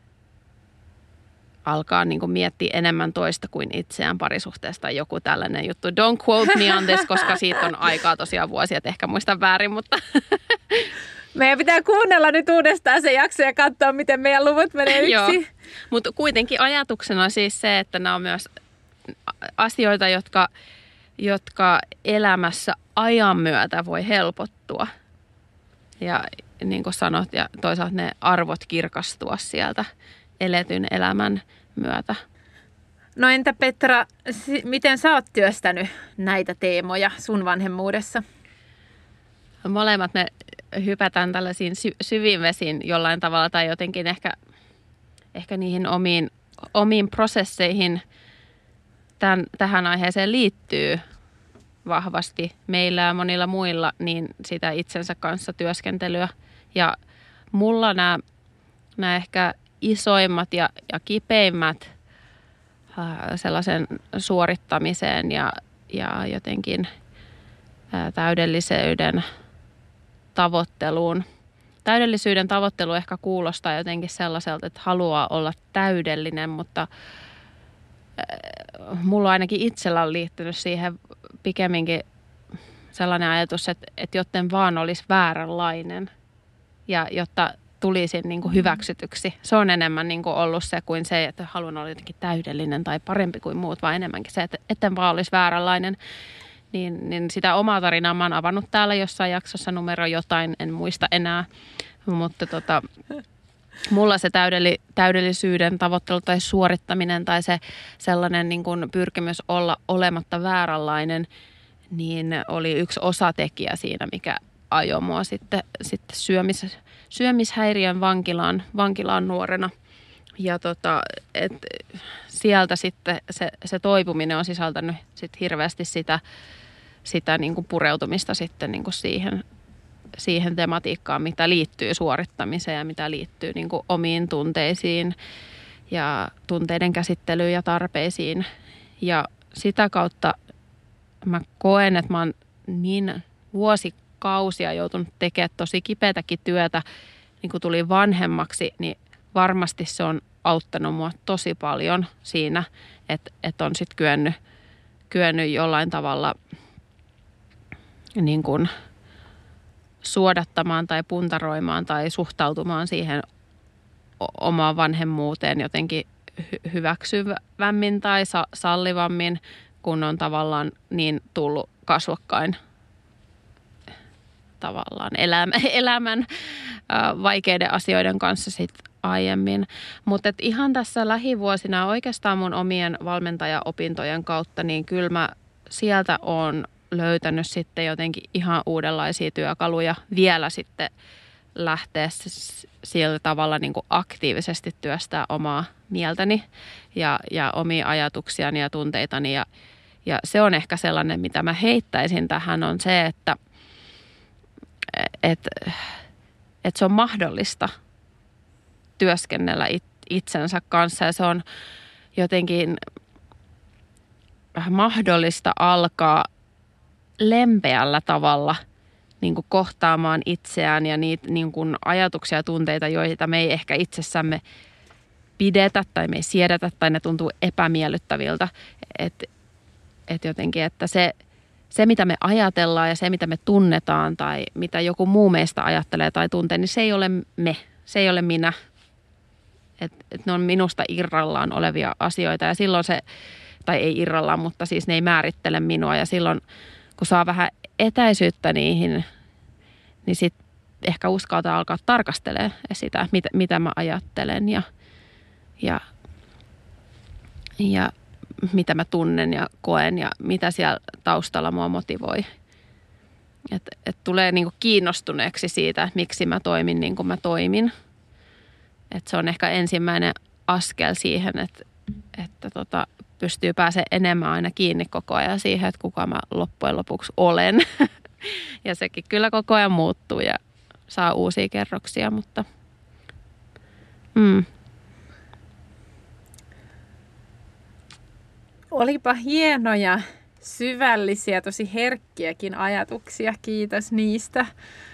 alkaa niin kuin miettiä enemmän toista kuin itseään parisuhteesta tai joku tällainen juttu. Don't quote me on this, koska siitä on aikaa tosiaan vuosia, että ehkä muistan väärin, mutta meidän pitää kuunnella nyt uudestaan se jakso ja katsoa, miten meidän luvut menee yksi. Joo, mutta kuitenkin ajatuksena siis se, että nämä on myös asioita, jotka jotka elämässä ajan myötä voi helpottua. Ja niin kuin sanot, ja toisaalta ne arvot kirkastua sieltä eletyn elämän myötä. No entä Petra, miten sä oot työstänyt näitä teemoja sun vanhemmuudessa? Molemmat me hypätään tällaisiin sy- syviin vesiin jollain tavalla tai jotenkin ehkä, ehkä niihin omiin, omiin prosesseihin. Tämän, tähän aiheeseen liittyy vahvasti meillä ja monilla muilla niin sitä itsensä kanssa työskentelyä. Ja mulla nämä, nämä ehkä isoimmat ja, ja kipeimmät ää, sellaisen suorittamiseen ja, ja jotenkin ää, täydellisyyden tavoitteluun. Täydellisyyden tavoittelu ehkä kuulostaa jotenkin sellaiselta, että haluaa olla täydellinen, mutta mulla ainakin itsellä on liittynyt siihen pikemminkin sellainen ajatus, että, että jotten vaan olisi vääränlainen ja jotta tulisin niin kuin hyväksytyksi. Se on enemmän niin kuin ollut se kuin se, että haluan olla jotenkin täydellinen tai parempi kuin muut, vaan enemmänkin se, että etten vaan olisi vääränlainen. Niin, niin sitä omaa tarinaa mä oon avannut täällä jossain jaksossa numero jotain, en muista enää, mutta tota... Mulla se täydelli, täydellisyyden tavoittelu tai suorittaminen tai se sellainen niin kuin pyrkimys olla olematta vääränlainen, niin oli yksi osatekijä siinä, mikä ajoi mua sitten, sitten syömis, syömishäiriön vankilaan, vankilaan nuorena. Ja tota, et sieltä sitten se, se toipuminen on sisältänyt sit hirveästi sitä, sitä niin kuin pureutumista sitten niin kuin siihen siihen tematiikkaan, mitä liittyy suorittamiseen ja mitä liittyy niin kuin omiin tunteisiin ja tunteiden käsittelyyn ja tarpeisiin. Ja sitä kautta mä koen, että mä oon niin vuosikausia joutunut tekemään tosi kipeätäkin työtä, niin kun tuli vanhemmaksi, niin varmasti se on auttanut mua tosi paljon siinä, että, että on sitten kyennyt, kyennyt jollain tavalla niin kuin suodattamaan tai puntaroimaan tai suhtautumaan siihen omaan vanhemmuuteen jotenkin hy- hyväksyvämmin tai sa- sallivammin, kun on tavallaan niin tullut kasvokkain tavallaan elämä, elämän äh, vaikeiden asioiden kanssa sit aiemmin. Mutta ihan tässä lähivuosina oikeastaan mun omien valmentajaopintojen kautta, niin kyllä mä sieltä on löytänyt sitten jotenkin ihan uudenlaisia työkaluja vielä sitten lähteä sillä tavalla niin kuin aktiivisesti työstää omaa mieltäni ja, ja omia ajatuksiani ja tunteitani. Ja, ja se on ehkä sellainen, mitä mä heittäisin tähän, on se, että että et se on mahdollista työskennellä it, itsensä kanssa ja se on jotenkin mahdollista alkaa lempeällä tavalla niin kuin kohtaamaan itseään ja niitä niin kuin ajatuksia ja tunteita, joita me ei ehkä itsessämme pidetä tai me ei siedetä tai ne tuntuu epämiellyttäviltä. Että et jotenkin, että se, se mitä me ajatellaan ja se mitä me tunnetaan tai mitä joku muu meistä ajattelee tai tuntee, niin se ei ole me, se ei ole minä. Että et ne on minusta irrallaan olevia asioita ja silloin se, tai ei irrallaan, mutta siis ne ei määrittele minua ja silloin kun saa vähän etäisyyttä niihin, niin sitten ehkä uskaltaa alkaa tarkastelemaan sitä, mitä, mitä mä ajattelen ja, ja, ja mitä mä tunnen ja koen ja mitä siellä taustalla mua motivoi. Että et tulee niinku kiinnostuneeksi siitä, että miksi mä toimin niin kuin mä toimin. Että se on ehkä ensimmäinen askel siihen, että, että tota, pystyy pääsemään enemmän aina kiinni koko ajan siihen, että kuka mä loppujen lopuksi olen. Ja sekin kyllä koko ajan muuttuu ja saa uusia kerroksia, mutta mm. Olipa hienoja, syvällisiä, tosi herkkiäkin ajatuksia. Kiitos niistä.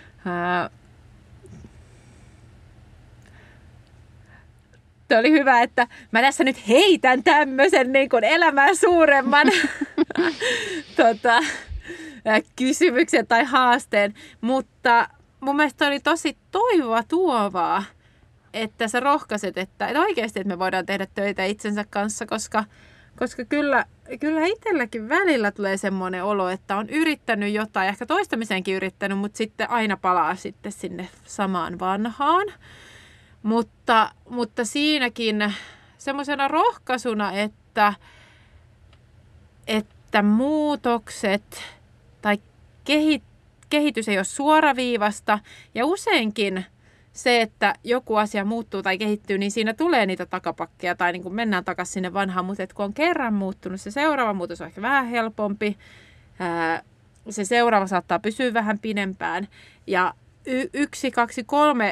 Tuo oli hyvä, että mä tässä nyt heitän tämmöisen niin kuin elämää suuremman tota, kysymyksen tai haasteen. Mutta mun mielestä oli tosi toivoa tuovaa, että sä rohkaiset, että, että oikeasti että me voidaan tehdä töitä itsensä kanssa, koska, koska kyllä, kyllä itselläkin välillä tulee semmoinen olo, että on yrittänyt jotain, ehkä toistamisenkin yrittänyt, mutta sitten aina palaa sitten sinne samaan vanhaan. Mutta, mutta siinäkin semmoisena rohkaisuna, että, että muutokset tai kehitys ei ole suoraviivasta ja useinkin se, että joku asia muuttuu tai kehittyy, niin siinä tulee niitä takapakkeja tai niin kuin mennään takaisin sinne vanhaan, mutta kun on kerran muuttunut, se seuraava muutos on ehkä vähän helpompi, ää, se seuraava saattaa pysyä vähän pidempään ja y- yksi, kaksi, kolme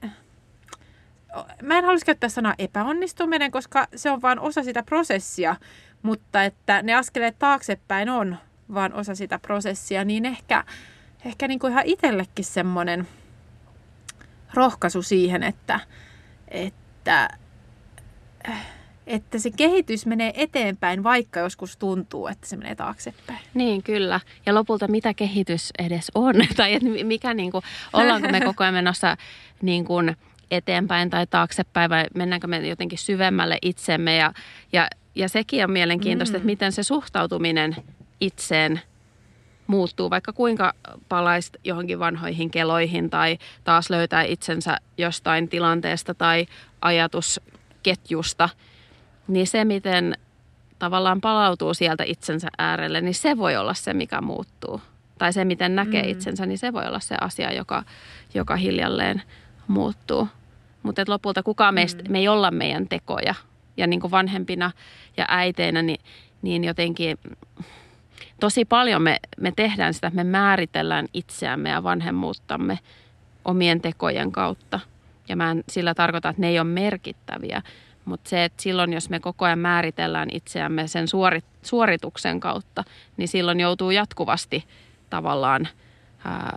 mä en halus käyttää sanaa epäonnistuminen, koska se on vain osa sitä prosessia, mutta että ne askeleet taaksepäin on vaan osa sitä prosessia, niin ehkä, ehkä niin kuin ihan itsellekin semmoinen rohkaisu siihen, että, että, että se kehitys menee eteenpäin, vaikka joskus tuntuu, että se menee taaksepäin. Niin, kyllä. Ja lopulta mitä kehitys edes on? Tai että mikä niin kuin, ollaanko me koko ajan menossa niin kuin eteenpäin tai taaksepäin vai mennäänkö me jotenkin syvemmälle itsemme ja, ja, ja sekin on mielenkiintoista, mm. että miten se suhtautuminen itseen muuttuu, vaikka kuinka palaisi johonkin vanhoihin keloihin tai taas löytää itsensä jostain tilanteesta tai ajatusketjusta, niin se miten tavallaan palautuu sieltä itsensä äärelle, niin se voi olla se, mikä muuttuu. Tai se, miten näkee mm. itsensä, niin se voi olla se asia, joka, joka hiljalleen muuttuu. Mutta lopulta kukaan meistä, mm. me ei olla meidän tekoja. Ja niin kuin vanhempina ja äiteinä, niin, niin jotenkin tosi paljon me, me tehdään sitä, että me määritellään itseämme ja vanhemmuuttamme omien tekojen kautta. Ja mä en sillä tarkoita, että ne ei ole merkittäviä. Mutta se, että silloin jos me koko ajan määritellään itseämme sen suorit, suorituksen kautta, niin silloin joutuu jatkuvasti tavallaan ää,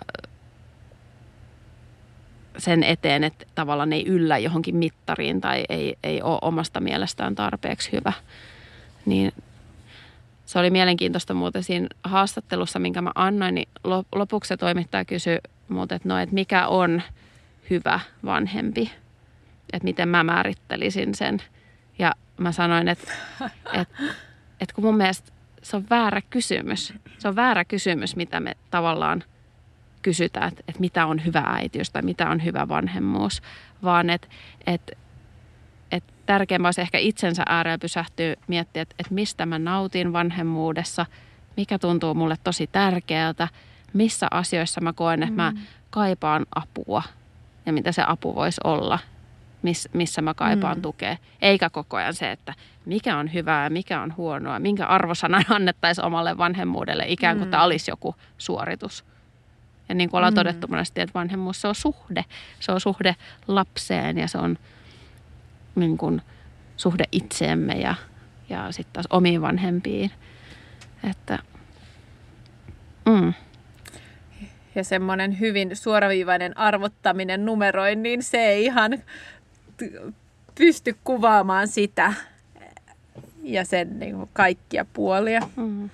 sen eteen, että tavallaan ei yllä johonkin mittariin tai ei, ei ole omasta mielestään tarpeeksi hyvä. Niin se oli mielenkiintoista muuten siinä haastattelussa, minkä mä annoin, niin lopuksi se toimittaja kysyi multa, että no, että mikä on hyvä vanhempi, että miten mä määrittelisin sen. Ja mä sanoin, että, että, että kun mun mielestä se on väärä kysymys. Se on väärä kysymys, mitä me tavallaan kysytään, että, että mitä on hyvä äitiys tai mitä on hyvä vanhemmuus, vaan että, että, että tärkeämpää olisi ehkä itsensä äärellä pysähtyä miettiä, että, että mistä mä nautin vanhemmuudessa, mikä tuntuu mulle tosi tärkeältä, missä asioissa mä koen, että mä kaipaan apua ja mitä se apu voisi olla, miss, missä mä kaipaan mm. tukea. Eikä koko ajan se, että mikä on hyvää ja mikä on huonoa, minkä arvosanan annettaisiin omalle vanhemmuudelle ikään kuin mm. tämä olisi joku suoritus. Ja niin kuin ollaan Mm. todettu monesti, että vanhemmuus se on suhde. Se on suhde lapseen ja se on niin kuin suhde itseemme ja, ja sitten taas omiin vanhempiin. Että, mm. Ja semmoinen hyvin suoraviivainen arvottaminen numeroin, niin se ei ihan t- pysty kuvaamaan sitä ja sen niin kuin kaikkia puolia. Mm.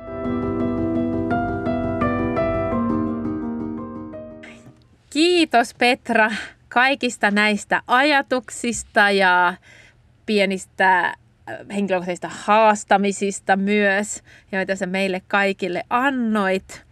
Kiitos Petra kaikista näistä ajatuksista ja pienistä henkilökohtaisista haastamisista myös, joita sä meille kaikille annoit.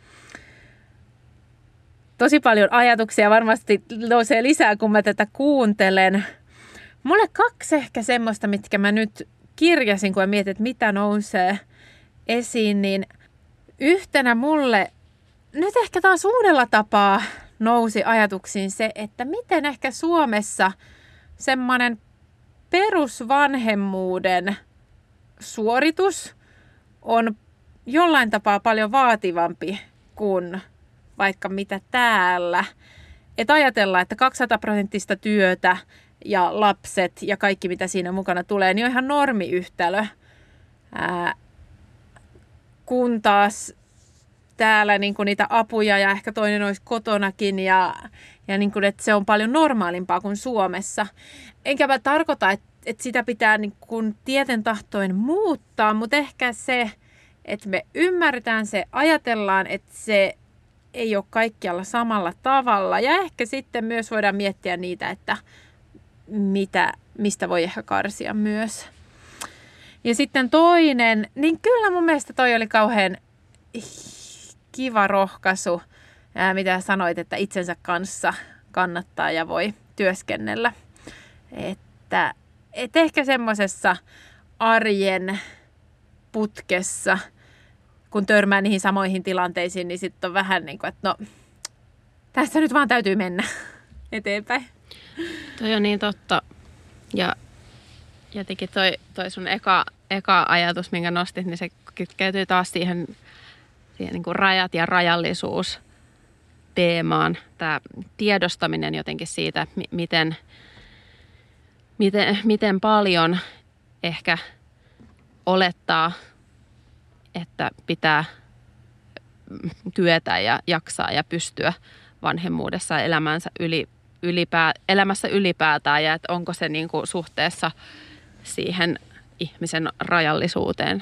Tosi paljon ajatuksia varmasti nousee lisää, kun mä tätä kuuntelen. Mulle kaksi ehkä semmoista, mitkä mä nyt kirjasin, kun mä mietin, että mitä nousee esiin, niin yhtenä mulle nyt ehkä taas uudella tapaa nousi ajatuksiin se, että miten ehkä Suomessa semmoinen perusvanhemmuuden suoritus on jollain tapaa paljon vaativampi kuin vaikka mitä täällä. Että ajatellaan, että kaksisataa prosenttista työtä ja lapset ja kaikki mitä siinä mukana tulee, niin on ihan normiyhtälö. Ää, kun taas täällä niin kuin niitä apuja ja ehkä toinen olisi kotonakin ja, ja niin kuin, että se on paljon normaalimpaa kuin Suomessa. Enkä mä tarkoita, että, että sitä pitää niin kuin tieten tahtoen muuttaa, mutta ehkä se, että me ymmärretään se, ajatellaan, että se ei ole kaikkialla samalla tavalla. Ja ehkä sitten myös voidaan miettiä niitä, että mitä, mistä voi ehkä karsia myös. Ja sitten toinen, niin kyllä mun mielestä toi oli kauhean kiva rohkaisu, ää, mitä sanoit, että itsensä kanssa kannattaa ja voi työskennellä. Että et ehkä semmoisessa arjen putkessa, kun törmää niihin samoihin tilanteisiin, niin sitten on vähän niin kuin, että no, tässä nyt vaan täytyy mennä eteenpäin. Toi on niin totta. Ja jotenkin toi, toi sun eka, eka ajatus, minkä nostit, niin se kytkeytyy taas siihen, siihen niin kuin rajat ja rajallisuus teemaan. Tämä tiedostaminen jotenkin siitä, miten, miten, miten paljon ehkä olettaa, että pitää kyetä ja jaksaa ja pystyä vanhemmuudessa elämänsä yli, ylipää, elämässä ylipäätään ja että onko se niin kuin suhteessa siihen ihmisen rajallisuuteen.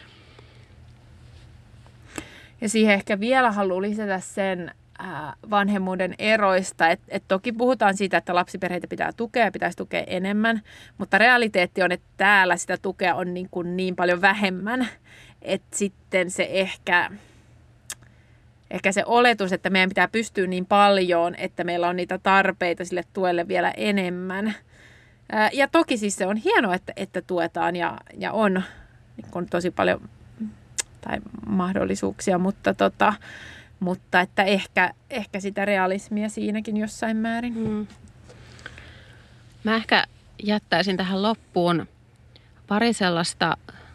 Ja siihen ehkä vielä haluan lisätä sen äh, vanhemmuuden eroista, että et toki puhutaan siitä, että lapsiperheitä pitää tukea ja pitäisi tukea enemmän, mutta realiteetti on, että täällä sitä tukea on niin, kuin niin paljon vähemmän, että sitten se ehkä, ehkä se oletus, että meidän pitää pystyä niin paljon, että meillä on niitä tarpeita sille tuelle vielä enemmän. Ää, ja toki siis se on hienoa, että, että tuetaan ja, ja on, on tosi paljon tai mahdollisuuksia, mutta, tota, mutta että ehkä, ehkä sitä realismia siinäkin jossain määrin. Mm. Mä ehkä jättäisin tähän loppuun pari sellaista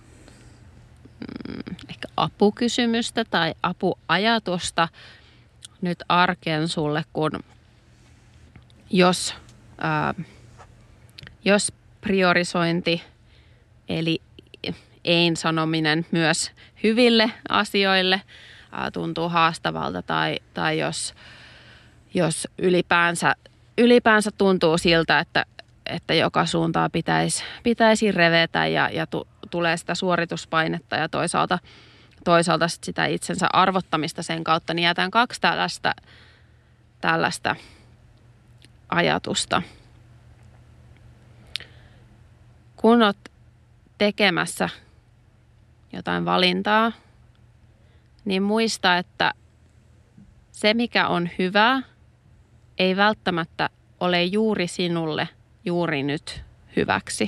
mm, ehkä apukysymystä tai apuajatusta nyt arkeen sulle, kun jos, ää, jos priorisointi eli ein sanominen myös hyville asioille ää, tuntuu haastavalta tai, tai jos, jos ylipäänsä, ylipäänsä tuntuu siltä, että, että joka suuntaan pitäisi, pitäisi revetä ja, ja tu, tulee sitä suorituspainetta ja toisaalta, toisaalta sit sitä itsensä arvottamista sen kautta, niin jätän kaksi tällaista, tällaista ajatusta. Kun olet tekemässä jotain valintaa, niin muista, että se mikä on hyvää, ei välttämättä ole juuri sinulle juuri nyt hyväksi.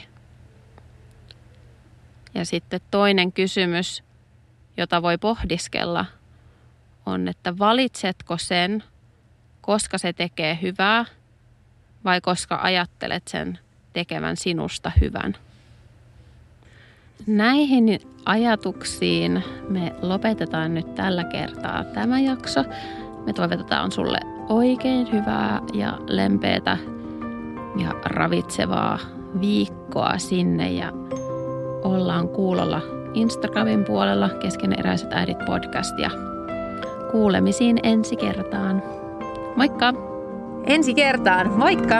Ja sitten toinen kysymys, jota voi pohdiskella, on, että valitsetko sen, koska se tekee hyvää vai koska ajattelet sen tekevän sinusta hyvän. Näihin ajatuksiin me lopetetaan nyt tällä kertaa tämä jakso. Me toivotetaan sulle oikein hyvää ja lempeätä ja ravitsevaa viikkoa sinne ja ollaan kuulolla Instagramin puolella Keskeneräiset äidit podcast ja kuulemisiin ensi kertaan. Moikka! Ensi kertaan, moikka!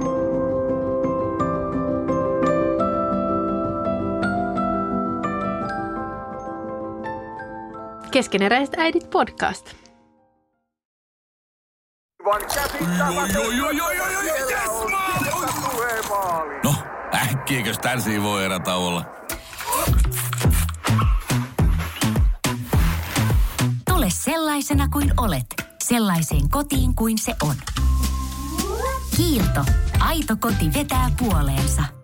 Keskeneräiset äidit podcast. No, äkkiäkös tän voi erätä olla? Tule sellaisena kuin olet, sellaiseen kotiin kuin se on. Kiilto. Aito koti vetää puoleensa.